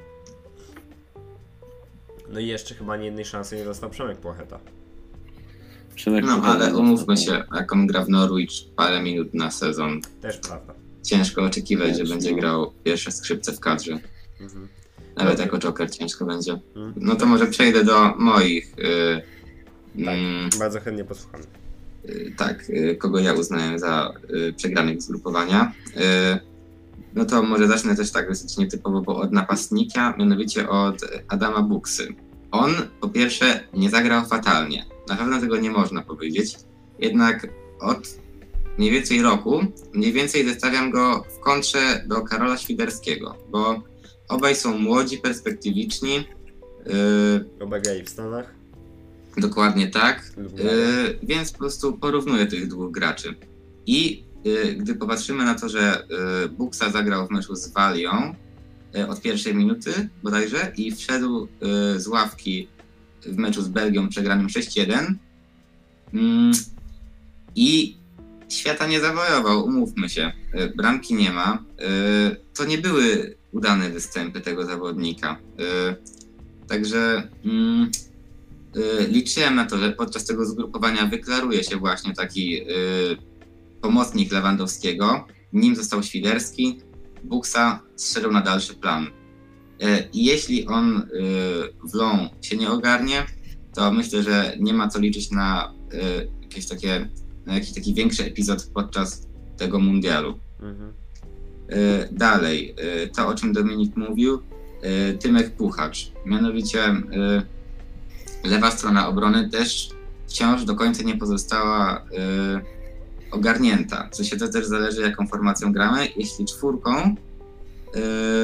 No i jeszcze chyba ani jednej szansy nie dostał Przemek Płocheta.
Przemek
No
Płocheta
ale
dostał.
umówmy się, jak on gra w Norwich parę minut na sezon,
Też prawda.
ciężko oczekiwać, że
Też,
będzie
no.
grał pierwsze skrzypce w kadrze.
Mhm.
Nawet jako Joker ciężko będzie.
Mhm.
No to może przejdę do moich. Yy,
Tak,
mm,
bardzo chętnie posłuchamy.
yy, tak, yy, kogo ja uznałem za yy, przegranych zgrupowania. Yy, no to może zacznę też tak dosyć nietypowo, bo od napastnika, mianowicie od Adama Buksy. On po pierwsze nie zagrał fatalnie. Na pewno tego nie można powiedzieć. Jednak od mniej więcej roku, mniej więcej zestawiam go w kontrze do Karola Świderskiego, bo obaj są młodzi, perspektywiczni. Yy,
Obegaj w Stanach.
dokładnie tak.
Lub
Yy, więc po prostu porównuję tych dwóch graczy. I yy, gdy popatrzymy na to, że yy, Buksa zagrał w meczu z Walią yy, od pierwszej minuty bodajże i wszedł yy, z ławki w meczu z Belgią przegranym sześć jeden yy, i świata nie zawojował, umówmy się. Yy, bramki nie ma. Yy, to nie były udane występy tego zawodnika. Yy, także yy, Yy, liczyłem na to, że podczas tego zgrupowania wyklaruje się właśnie taki yy, pomocnik Lewandowskiego. Nim został Świderski, Buksa zszedł na dalszy plan. Yy, I jeśli on yy, w Lyon się nie ogarnie, to myślę, że nie ma co liczyć na, yy, jakieś takie, na jakiś taki większy epizod podczas tego mundialu.
Mhm.
Yy, dalej, yy, to o czym Dominik mówił, yy, Tymek Puchacz. Mianowicie yy, lewa strona obrony też wciąż do końca nie pozostała yy, ogarnięta. Co się to też zależy, jaką formacją gramy. Jeśli czwórką, yy,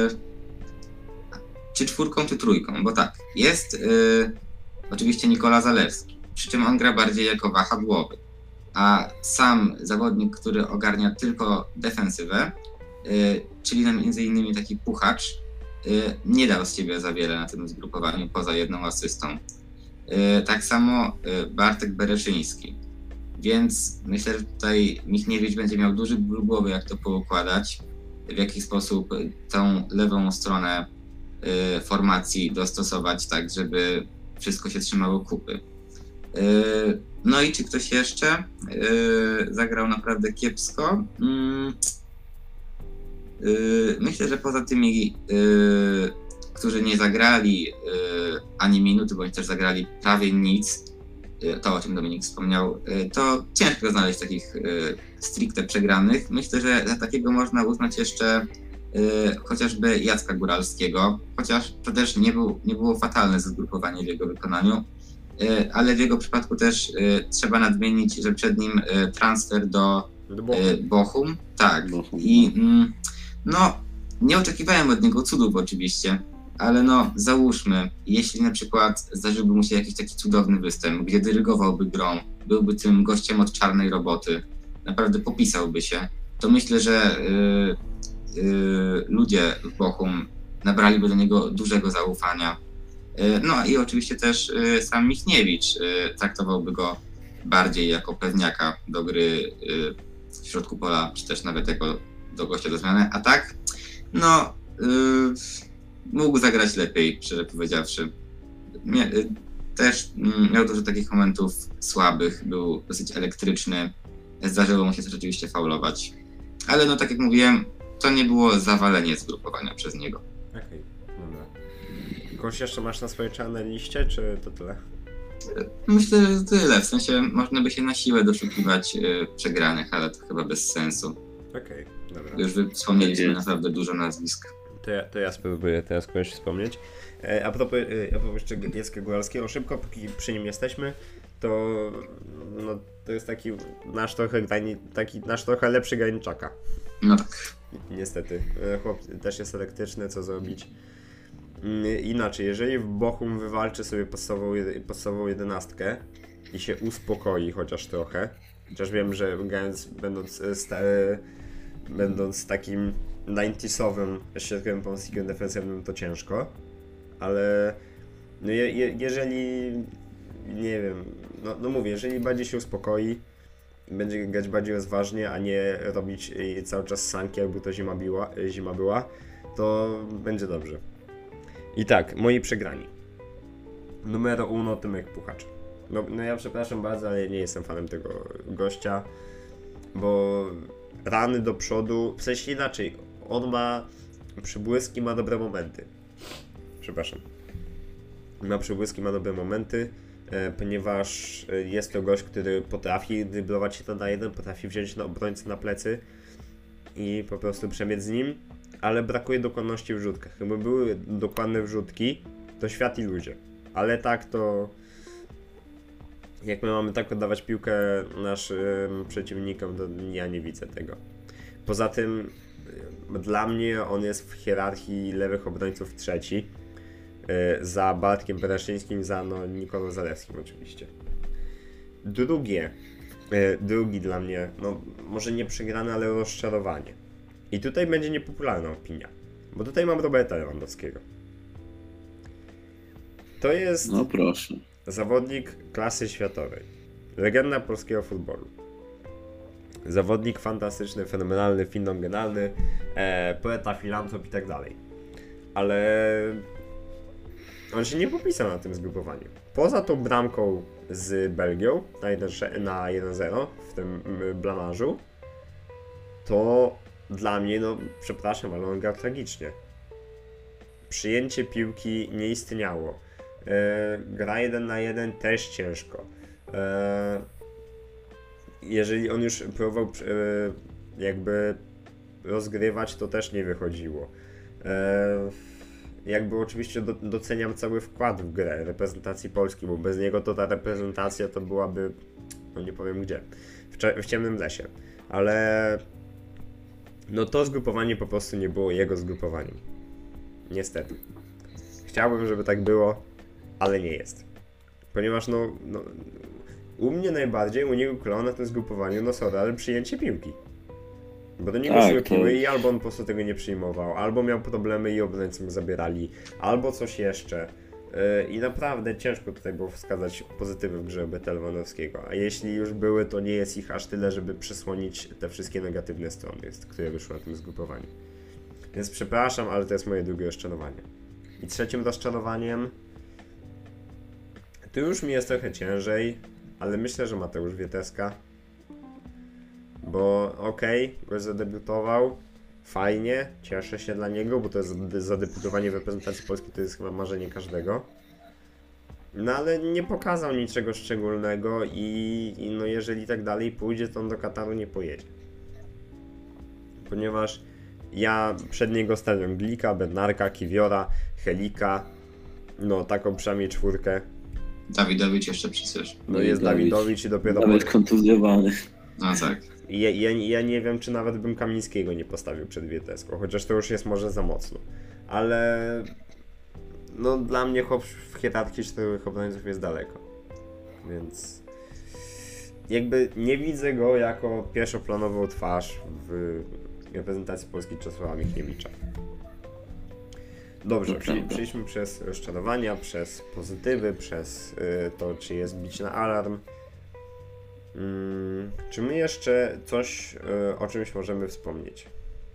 czy czwórką, czy trójką, bo tak, jest yy, oczywiście Nikola Zalewski, przy czym on gra bardziej jako wahadłowy, a sam zawodnik, który ogarnia tylko defensywę, yy, czyli między innymi taki Puchacz, yy, nie dał z siebie za wiele na tym zgrupowaniu, poza jedną asystą. Tak samo Bartek Bereszyński. Więc myślę, że tutaj Michniewicz będzie miał duży ból głowy, jak to poukładać, w jaki sposób tą lewą stronę formacji dostosować tak, żeby wszystko się trzymało kupy. No i czy ktoś jeszcze zagrał naprawdę kiepsko? Myślę, że poza tymi, którzy nie zagrali ani minuty, bądź też zagrali prawie nic, to o czym Dominik wspomniał, to ciężko znaleźć takich stricte przegranych. Myślę, że za takiego można uznać jeszcze chociażby Jacka Góralskiego, chociaż to też nie, był, nie było fatalne zgrupowanie w jego wykonaniu, ale w jego przypadku też trzeba nadmienić, że przed nim transfer do Bochum. Tak.
Bochum.
I no, nie oczekiwałem od niego cudów oczywiście, ale no załóżmy, jeśli na przykład zdarzyłby mu się jakiś taki cudowny występ, gdzie dyrygowałby grą, byłby tym gościem od czarnej roboty, naprawdę popisałby się, to myślę, że yy, yy, ludzie w Bochum nabraliby do niego dużego zaufania. Yy, no i oczywiście też yy, sam Michniewicz yy, traktowałby go bardziej jako pewniaka do gry yy, w środku pola, czy też nawet jako do gościa do zmiany, a tak, no yy, mógł zagrać lepiej, szczerze powiedziawszy. Mia, yy, też yy, miał dużo takich momentów słabych, był dosyć elektryczny, zdarzyło mu się też oczywiście faulować, ale no tak jak mówiłem, to nie było zawalenie zgrupowania przez niego.
Okej, okay, dobra. Kogoś jeszcze masz na swojej czarnej liście, czy to tyle?
Myślę, że tyle, w sensie można by się na siłę doszukiwać yy, przegranych, ale to chyba bez sensu.
Okej, okay, dobra.
Już wy wspomnieliśmy naprawdę dużo nazwisk.
To ja, to ja spróbuję teraz kogoś wspomnieć. E, a propos, e, a propos jeszcze Jacka Góralskiego, szybko, póki przy nim jesteśmy, to no, to jest taki nasz trochę, grani, taki nasz trochę lepszy graniczaka.
No tak.
Niestety. Chłop też jest elektryczny, co zrobić. Inaczej, jeżeli Bochum wywalczy sobie podstawową, podstawową jedenastkę i się uspokoi chociaż trochę, chociaż wiem, że grając, będąc, sta, będąc takim dziewięćdziesiątym środkowym pomocnikiem defensywnym, to ciężko, ale no je, je, jeżeli, nie wiem, no, no mówię, jeżeli bardziej się uspokoi, będzie grać bardziej rozważnie, a nie robić cały czas sanki, jakby to zima była, zima była, to będzie dobrze. I tak, moi przegrani. Numero uno, Tymek Puchacz. No, no ja przepraszam bardzo, ale nie jestem fanem tego gościa, bo rany do przodu, w sensie inaczej, on ma przybłyski, ma dobre momenty. Przepraszam. Ma przybłyski, ma dobre momenty, e, ponieważ jest to gość, który potrafi dryblować jeden na jeden, potrafi wziąć na obrońcę na plecy i po prostu przebiec z nim, ale brakuje dokładności w rzutkach. Gdyby były dokładne wrzutki, to świat i ludzie. Ale tak to... Jak my mamy tak oddawać piłkę naszym przeciwnikom, to ja nie widzę tego. Poza tym dla mnie on jest w hierarchii lewych obrońców trzeci. Za Bartkiem Bereszyńskim, za no, Nikolą Zalewskim oczywiście. Drugie, drugi dla mnie, no może nie przegrane, ale rozczarowanie. I tutaj będzie niepopularna opinia, bo tutaj mam Roberta Lewandowskiego. To jest
No proszę.
zawodnik klasy światowej, legenda polskiego futbolu. Zawodnik fantastyczny, fenomenalny, fenomenalny, e, poeta, filantrop i tak dalej. Ale on się nie popisał na tym zgrupowaniu. Poza tą bramką z Belgią na jeden zero w tym blamarzu, to dla mnie, no przepraszam, ale on grał tragicznie. Przyjęcie piłki nie istniało. E, gra jeden na jeden też ciężko. E, jeżeli on już próbował e, jakby rozgrywać, to też nie wychodziło. E, jakby oczywiście do, doceniam cały wkład w grę reprezentacji Polski, bo bez niego to ta reprezentacja to byłaby, no nie powiem gdzie, w, w ciemnym lesie. Ale no to zgrupowanie po prostu nie było jego zgrupowaniem. Niestety. Chciałbym, żeby tak było, ale nie jest. Ponieważ no, no u mnie najbardziej, u niego klon na tym zgrupowaniu, no sorry, ale przyjęcie piłki. Bo do niego
Tak,
szły
to-
piły i albo on po prostu tego nie przyjmował, albo miał problemy i obrońcy mu zabierali, albo coś jeszcze. Yy, I naprawdę ciężko tutaj było wskazać pozytywy w grze Roberta Lewandowskiego. A jeśli już były, to nie jest ich aż tyle, żeby przysłonić te wszystkie negatywne strony, które wyszły na tym zgrupowaniu. Więc przepraszam, ale to jest moje drugie rozczarowanie. I trzecim rozczarowaniem, tu już mi jest trochę ciężej, ale myślę, że Mateusz Wieteska. Bo okej, okay, goś zadebiutował, fajnie, cieszę się dla niego, bo to jest zadebiutowanie w reprezentacji Polski, to jest chyba marzenie każdego. No ale nie pokazał niczego szczególnego i, i no jeżeli tak dalej pójdzie, to on do Kataru nie pojedzie. Ponieważ ja przed niego stawiam Glika, Bednarka, Kiwiora, Helika, no taką przynajmniej czwórkę.
Dawidowicz jeszcze przecież.
No jest
Dawid.
Dawidowicz i dopiero...
Nawet
po-
kontuzjowany.
No tak.
Ja, ja, ja nie wiem, czy nawet bym Kamińskiego nie postawił przed Wieteską, chociaż to już jest może za mocno. Ale no dla mnie chłop w hierarchii czterech obrońców jest daleko. Więc jakby nie widzę go jako pierwszoplanową twarz w reprezentacji Polski Czesława Michniewicza. Dobrze,
To
przy,
prawda.
przejdziemy przez rozczarowania, przez pozytywy, przez y, to, czy jest bić na alarm. Mm, czy my jeszcze coś y, o czymś możemy wspomnieć?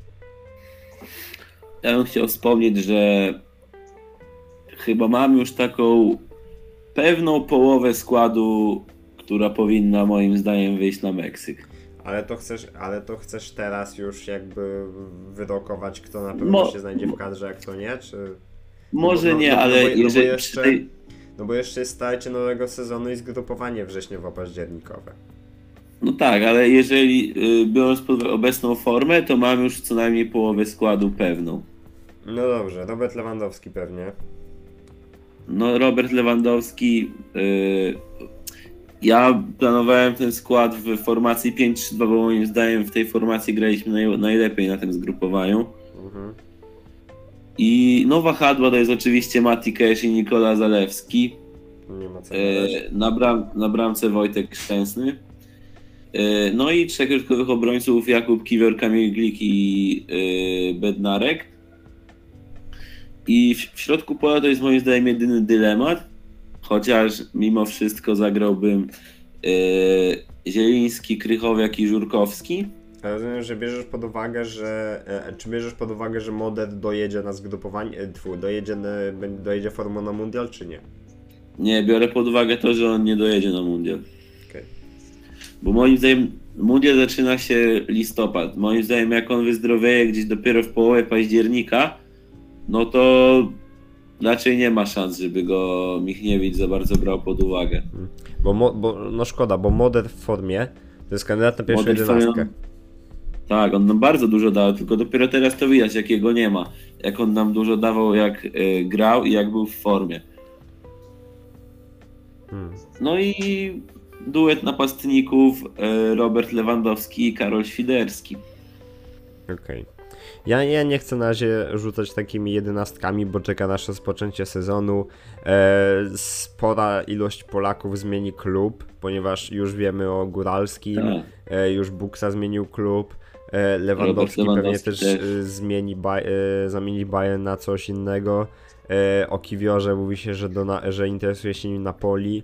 Ja bym chciał wspomnieć, że chyba mam już taką pewną połowę składu, która powinna moim zdaniem wyjść na Meksyk.
Ale to chcesz, ale to chcesz teraz już jakby wyrokować, kto na pewno
Mo-
się znajdzie w kadrze, a kto nie? Czy...
Może
No bo-
nie,
no bo-
ale
no bo- no bo
jeżeli
jeszcze-
przy tej...
No bo jeszcze jest starcie nowego sezonu i zgrupowanie wrześniowo-październikowe.
No tak, ale jeżeli y, biorąc pod uwagę obecną formę, to mam już co najmniej połowę składu pewną.
No dobrze, Robert Lewandowski pewnie.
No Robert Lewandowski, y, Ja planowałem ten skład w formacji pięć trzy dwa, bo moim zdaniem w tej formacji graliśmy naj, najlepiej na tym zgrupowaniu.
Mhm.
I nowa hadła to jest oczywiście Mati Cash i Nikola Zalewski.
Nie ma co gadać.
E, na, bram, na bramce Wojtek Szczęsny. E, no i trzech środkowych obrońców Jakub Kiwior, Kamil Glik i e, Bednarek. I w, w środku pola to jest moim zdaniem jedyny dylemat, chociaż mimo wszystko zagrałbym e, Zieliński, Krychowiak i Żurkowski.
Ja rozumiem, że bierzesz pod uwagę, że... E, czy bierzesz pod uwagę, że Moder dojedzie na zgrupowanie... E, tfu, dojedzie, na, dojedzie formą na mundial, czy nie?
Nie, biorę pod uwagę to, że on nie dojedzie na mundial.
Okay.
Bo moim zdaniem mundial zaczyna się listopad. Moim zdaniem jak on wyzdrowieje gdzieś dopiero w połowie października, no to raczej nie ma szans, żeby go Michniewicz za bardzo brał pod uwagę.
Bo, mo, bo no szkoda, bo Moder w formie to jest kandydat na pierwszą
Moder w formie-
jedenastkę.
Tak, on nam bardzo dużo dał, tylko dopiero teraz to widać, jakiego nie ma. Jak on nam dużo dawał, jak y, grał i jak był w formie.
Hmm.
No i duet napastników y, Robert Lewandowski i Karol Świderski.
Okej. Okay. Ja, ja nie chcę na razie rzucać takimi jedenastkami, bo czeka nasze rozpoczęcie sezonu. E, spora ilość Polaków zmieni klub, ponieważ już wiemy o Góralskim,
Tak.
e, już Buksa zmienił klub, e, Lewandowski,
Lewandowski
pewnie też,
też.
e, zmieni baj, e, zamieni Bayern na coś innego. E, o Kiwiorze mówi się, że, do na, że interesuje się nim Napoli,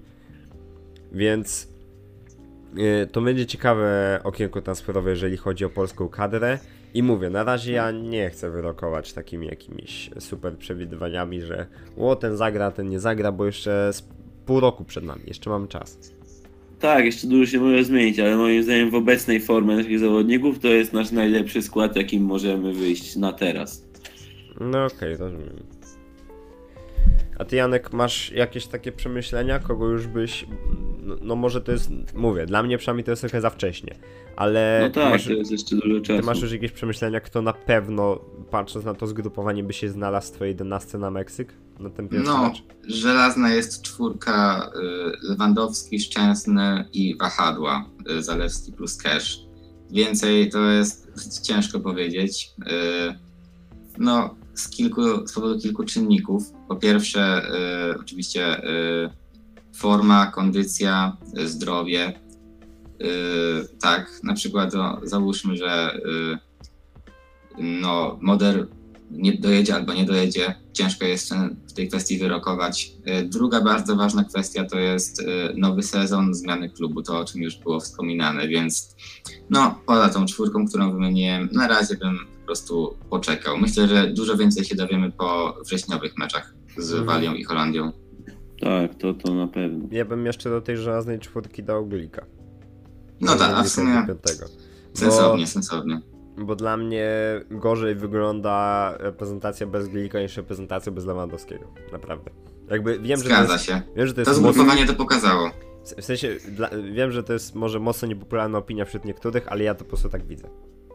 więc e, to będzie ciekawe okienko transferowe, jeżeli chodzi o polską kadrę. I mówię, na razie ja nie chcę wyrokować takimi jakimiś super przewidywaniami, że o, ten zagra, ten nie zagra, bo jeszcze z pół roku przed nami, jeszcze mamy czas.
Tak, jeszcze dużo się może zmienić, ale moim zdaniem w obecnej formie naszych zawodników to jest nasz najlepszy skład, jakim możemy wyjść na teraz.
No okej, okay, rozumiem. A ty, Janek, masz jakieś takie przemyślenia, kogo już byś, no, no może to jest, mówię, dla mnie przynajmniej to jest trochę za wcześnie, ale
No tak,
masz,
to jest jeszcze dużo czasu.
ty masz już jakieś przemyślenia, kto na pewno, patrząc na to zgrupowanie, by się znalazł w twojej jedenastce na Meksyk? Na ten pierwszy
No,
mecz?
żelazna jest czwórka y, Lewandowski, Szczęsny i Wahadła, y, Zalewski plus Cash. Więcej to jest ciężko powiedzieć. Y, no, z, kilku, z powodu kilku czynników. Po pierwsze, y, oczywiście y, forma, kondycja, y, zdrowie. Y, tak, na przykład no, załóżmy, że y, no, Moder nie dojedzie albo nie dojedzie. Ciężko jest w tej kwestii wyrokować. Druga bardzo ważna kwestia to jest nowy sezon, zmiany klubu, to o czym już było wspominane, więc no poza tą czwórką, którą wymieniłem, na razie bym po prostu poczekał. Myślę, że dużo więcej się dowiemy po wrześniowych meczach z
Mhm.
Walią i Holandią.
Tak, to, to na pewno.
Ja bym jeszcze do tej żelaznej czwórki dał Glika.
No tak, a w sumie
Piątego.
sensownie,
Bo,
sensownie.
bo dla mnie gorzej wygląda reprezentacja bez Glika niż reprezentacja bez Lewandowskiego. Naprawdę. Jakby wiem, że to
Zgadza
jest,
się.
wiem, że to
To
jest mocno,
zgrupowanie to pokazało.
w sensie, dla, wiem, że to jest może mocno niepopularna opinia wśród niektórych, ale ja to po prostu tak widzę.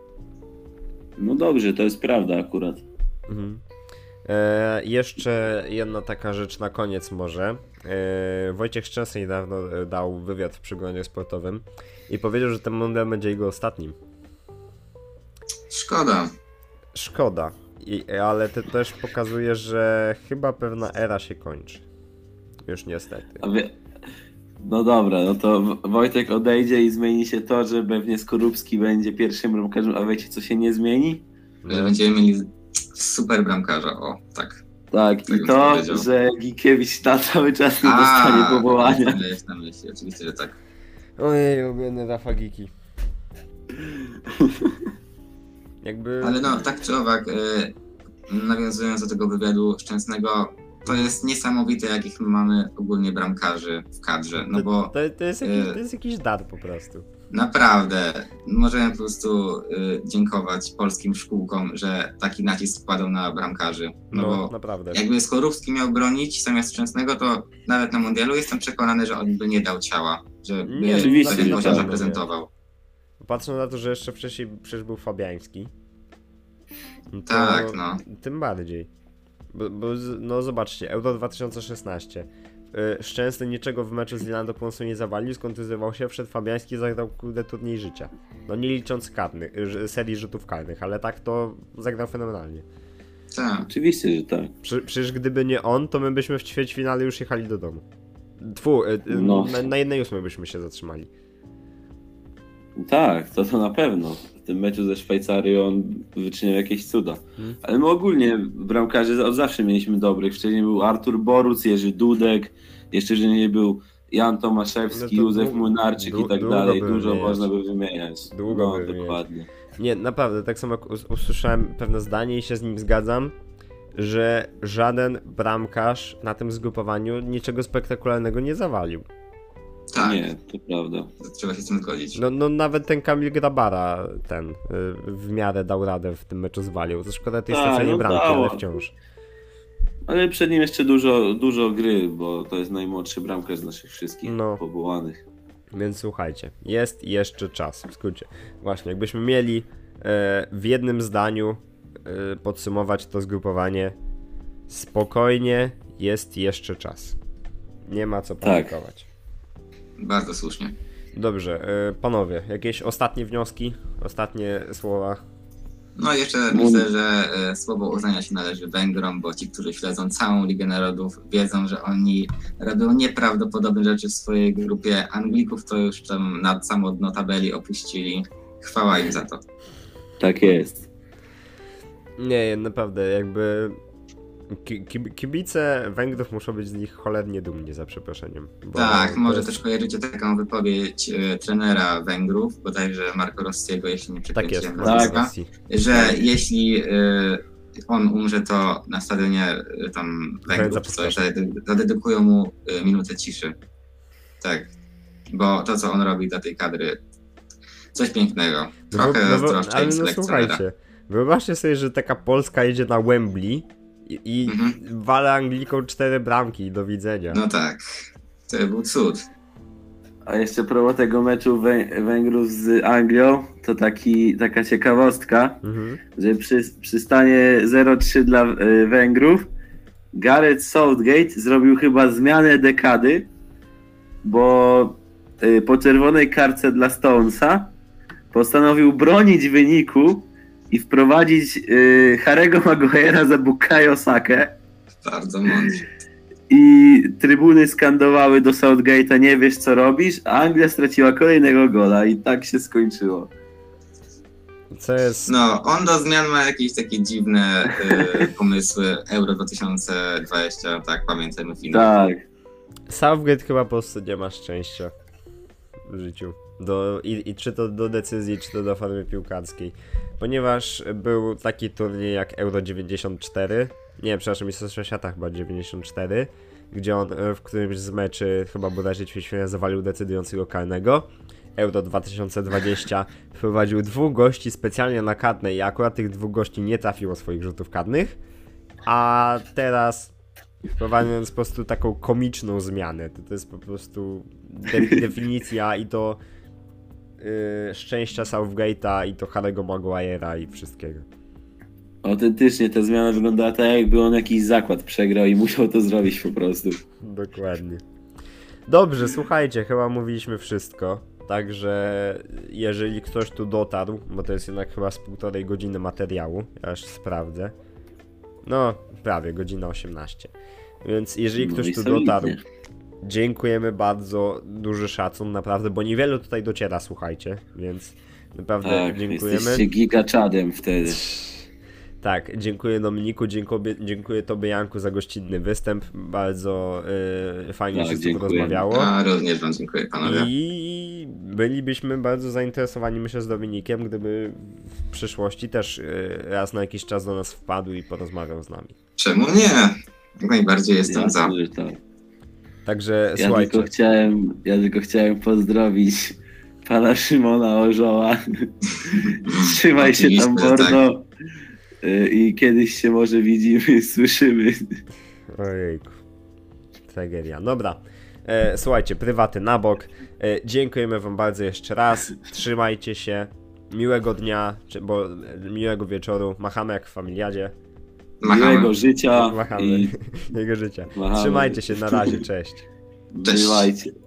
No dobrze, to jest prawda akurat.
Mhm. E, jeszcze jedna taka rzecz na koniec może. E, Wojciech Szczęsny niedawno dał wywiad w Przeglądzie Sportowym i powiedział, że ten mundial będzie jego ostatnim.
Szkoda.
Szkoda, I, ale to też pokazuje, że chyba pewna era się kończy. Już niestety.
A wie... No dobra, no to W- Wojtek odejdzie i zmieni się to, że pewnie Skorupski będzie pierwszym bramkarzem, a wiecie co się nie zmieni?
Że będziemy mieli super bramkarza, o tak.
Tak,
Tak
i
bym
to,
powiedział.
że Gikiewicz na cały czas nie dostanie powołania.
Miałeś na myśli, oczywiście, że tak.
Ojej, ulubiony Rafa Giki. Jakby...
Ale no, tak czy owak, y, nawiązując do tego wywiadu Szczęsnego, to jest niesamowite, jakich my mamy ogólnie bramkarzy w kadrze, no bo
To, to, jest jakiś,
y-
to jest jakiś dar po prostu.
naprawdę możemy po prostu y, dziękować polskim szkółkom, że taki nacisk kładą na bramkarzy, no,
No,
bo
naprawdę.
jakby Skorupski miał bronić zamiast Szczęsnego, to nawet na mundialu jestem przekonany, że on by nie dał ciała, żeby
Nie,
oczywiście,
pewien
że
poziom
tak.
zaprezentował.
Patrząc na to, że jeszcze wcześniej przecież był Fabiański. To
Tak, no.
Tym bardziej. Bo, bo z- no zobaczcie, Euro dwa tysiące szesnaście. y, Szczęsny niczego w meczu z Irlandą Północną nie zawalił, skontuzował się, wszedł Fabiański, zagrał kurde turniej życia. No nie licząc karnych, y, serii rzutów karnych, ale tak to zagrał fenomenalnie.
Tak.
Oczywiście, że tak.
Prze przecież gdyby nie on, to my byśmy w ćwierćfinale już jechali do domu. Tfu, y, y,
No.
na, na jednej ósmej byśmy się zatrzymali.
Tak, to to na pewno. W tym meczu ze Szwajcarią on wyczyniał jakieś cuda.
Hmm.
Ale my ogólnie bramkarzy od zawsze mieliśmy dobrych. Wcześniej był Artur Boruc, Jerzy Dudek, jeszcze że nie był Jan Tomaszewski,
No to
Józef
dłu-
Młynarczyk
dłu-
i tak
długo
dalej.
by
Dużo
wymieniać.
można by wymieniać.
Długo
no,
by wymieniać.
dokładnie.
Nie, naprawdę, tak samo jak us usłyszałem pewne zdanie i się z nim zgadzam, że żaden bramkarz na tym zgrupowaniu niczego spektakularnego nie zawalił.
Tak,
Nie, to prawda.
trzeba się z tym zgodzić.
No, no nawet ten Kamil Grabara ten y, w miarę dał radę w tym meczu zwalił. To szkoda tej
Tak,
straconej
no
bramki,
dało.
ale wciąż.
Ale przed nim jeszcze dużo, dużo gry, bo to jest najmłodszy bramkarz z naszych wszystkich
No.
powołanych.
Więc słuchajcie, jest jeszcze czas. W skrócie, właśnie, jakbyśmy mieli e, w jednym zdaniu e, podsumować to zgrupowanie, spokojnie, jest jeszcze czas. Nie ma co
Tak.
panikować.
Bardzo słusznie.
Dobrze, e, panowie, jakieś ostatnie wnioski, ostatnie słowa?
No i jeszcze myślę, że e, słowo uznania się należy Węgrom, bo ci, którzy śledzą całą Ligę Narodów, wiedzą, że oni robią nieprawdopodobne rzeczy w swojej grupie. Anglików to już tam na samo dno tabeli opuścili. Chwała im za to.
Tak jest.
Nie, naprawdę, jakby ki- ki- kibice Węgrów muszą być z nich cholernie dumni, za przeproszeniem. Bo
Tak,
to
może
jest-
też kojarzycie taką wypowiedź e, trenera Węgrów, bodajże Marco Rossiego, jeśli nie
Tak jest,
przekręciłem
tak.
nazwiska, że jeśli e, on umrze, to na stadionie e, tam Węgrów czy coś, zade- zadedykują mu e, minutę ciszy. Tak, bo to, co on robi dla tej kadry, coś pięknego. Trochę
No, bo-
zazdroszczę
ale
im
no
selekcjonera.
słuchajcie, wyobraźcie sobie, że taka Polska jedzie na Wembley i, i
Mhm.
wala Anglikom cztery bramki, do widzenia.
No tak, to był cud.
A jeszcze propos tego meczu Wę- Węgrów z Anglią, to taki, taka ciekawostka,
Mhm.
że przy, przy stanie zero trzy dla y, Węgrów Gareth Southgate zrobił chyba zmianę dekady, bo y, po czerwonej kartce dla Stonesa postanowił bronić wyniku i wprowadzić y, Harry'ego Maguire'a za Bukayo Sakę.
Bardzo mądrze.
I trybuny skandowały do Southgate'a, nie wiesz co robisz, a Anglia straciła kolejnego gola i tak się skończyło.
Co jest...
No, on do zmian ma jakieś takie dziwne y, pomysły. Euro dwa tysiące dwadzieścia, tak, pamiętajmy finał.
Tak.
Southgate chyba po prostu nie ma szczęścia w życiu. Do, i, I czy to do decyzji, czy to do formy piłkarskiej. Ponieważ był taki turniej jak Euro dziewięćdziesiąt cztery, nie, przepraszam, Mistrzostwa Świata chyba dziewięćdziesiąt cztery, gdzie on e, w którymś z meczy chyba bodajże ćwierćfinale zawalił decydującego karnego. Euro dwa tysiące dwadzieścia wprowadził dwóch gości specjalnie na karne i akurat tych dwóch gości nie trafiło swoich rzutów karnych. A teraz wprowadzając po prostu taką komiczną zmianę, to, to jest po prostu de- definicja i to yy, szczęścia Southgate'a i to Harry'ego Maguire'a i wszystkiego.
Autentycznie ta zmiana wyglądała tak, jakby on jakiś zakład przegrał i musiał to zrobić po prostu.
Dokładnie. Dobrze, słuchajcie, chyba mówiliśmy wszystko. Także jeżeli ktoś tu dotarł, bo to jest jednak chyba z półtorej godziny materiału, ja aż sprawdzę. No, prawie godzina osiemnaście. Więc jeżeli
No
ktoś
i
tu
solidnie.
dotarł, dziękujemy bardzo, duży szacun, naprawdę, bo niewielu tutaj dociera, słuchajcie, więc naprawdę
Tak,
dziękujemy.
jesteście gigaczadem wtedy.
Tak, dziękuję Dominiku, dziękuję, dziękuję Tobie Janku za gościnny występ, bardzo yy, fajnie
Tak,
się z tym
dziękuję.
rozmawiało.
A również wam dziękuję, panowie.
I bylibyśmy bardzo zainteresowani, myślę, z Dominikiem, gdyby w przyszłości też yy, raz na jakiś czas do nas wpadł i porozmawiał z nami.
Czemu nie? Jak najbardziej jestem za.
Jasne, że tak.
Także
Ja
słuchajcie,
tylko, chciałem, ja tylko chciałem pozdrowić pana Szymona Orzoła. Trzymaj się tam,
Oczywiście, tak.
mordo. Y, I kiedyś się może widzimy, słyszymy.
ojejku, tragedia. Dobra, e, słuchajcie, prywaty na bok. E, dziękujemy wam bardzo jeszcze raz. Trzymajcie się. Miłego dnia, czy, bo e, miłego wieczoru. Machamy jak w familiadzie.
Machamy.
miłego życia
Machamy
i
jego życia.
Machamy.
Trzymajcie się, na razie, cześć.
Cześć.
bywajcie.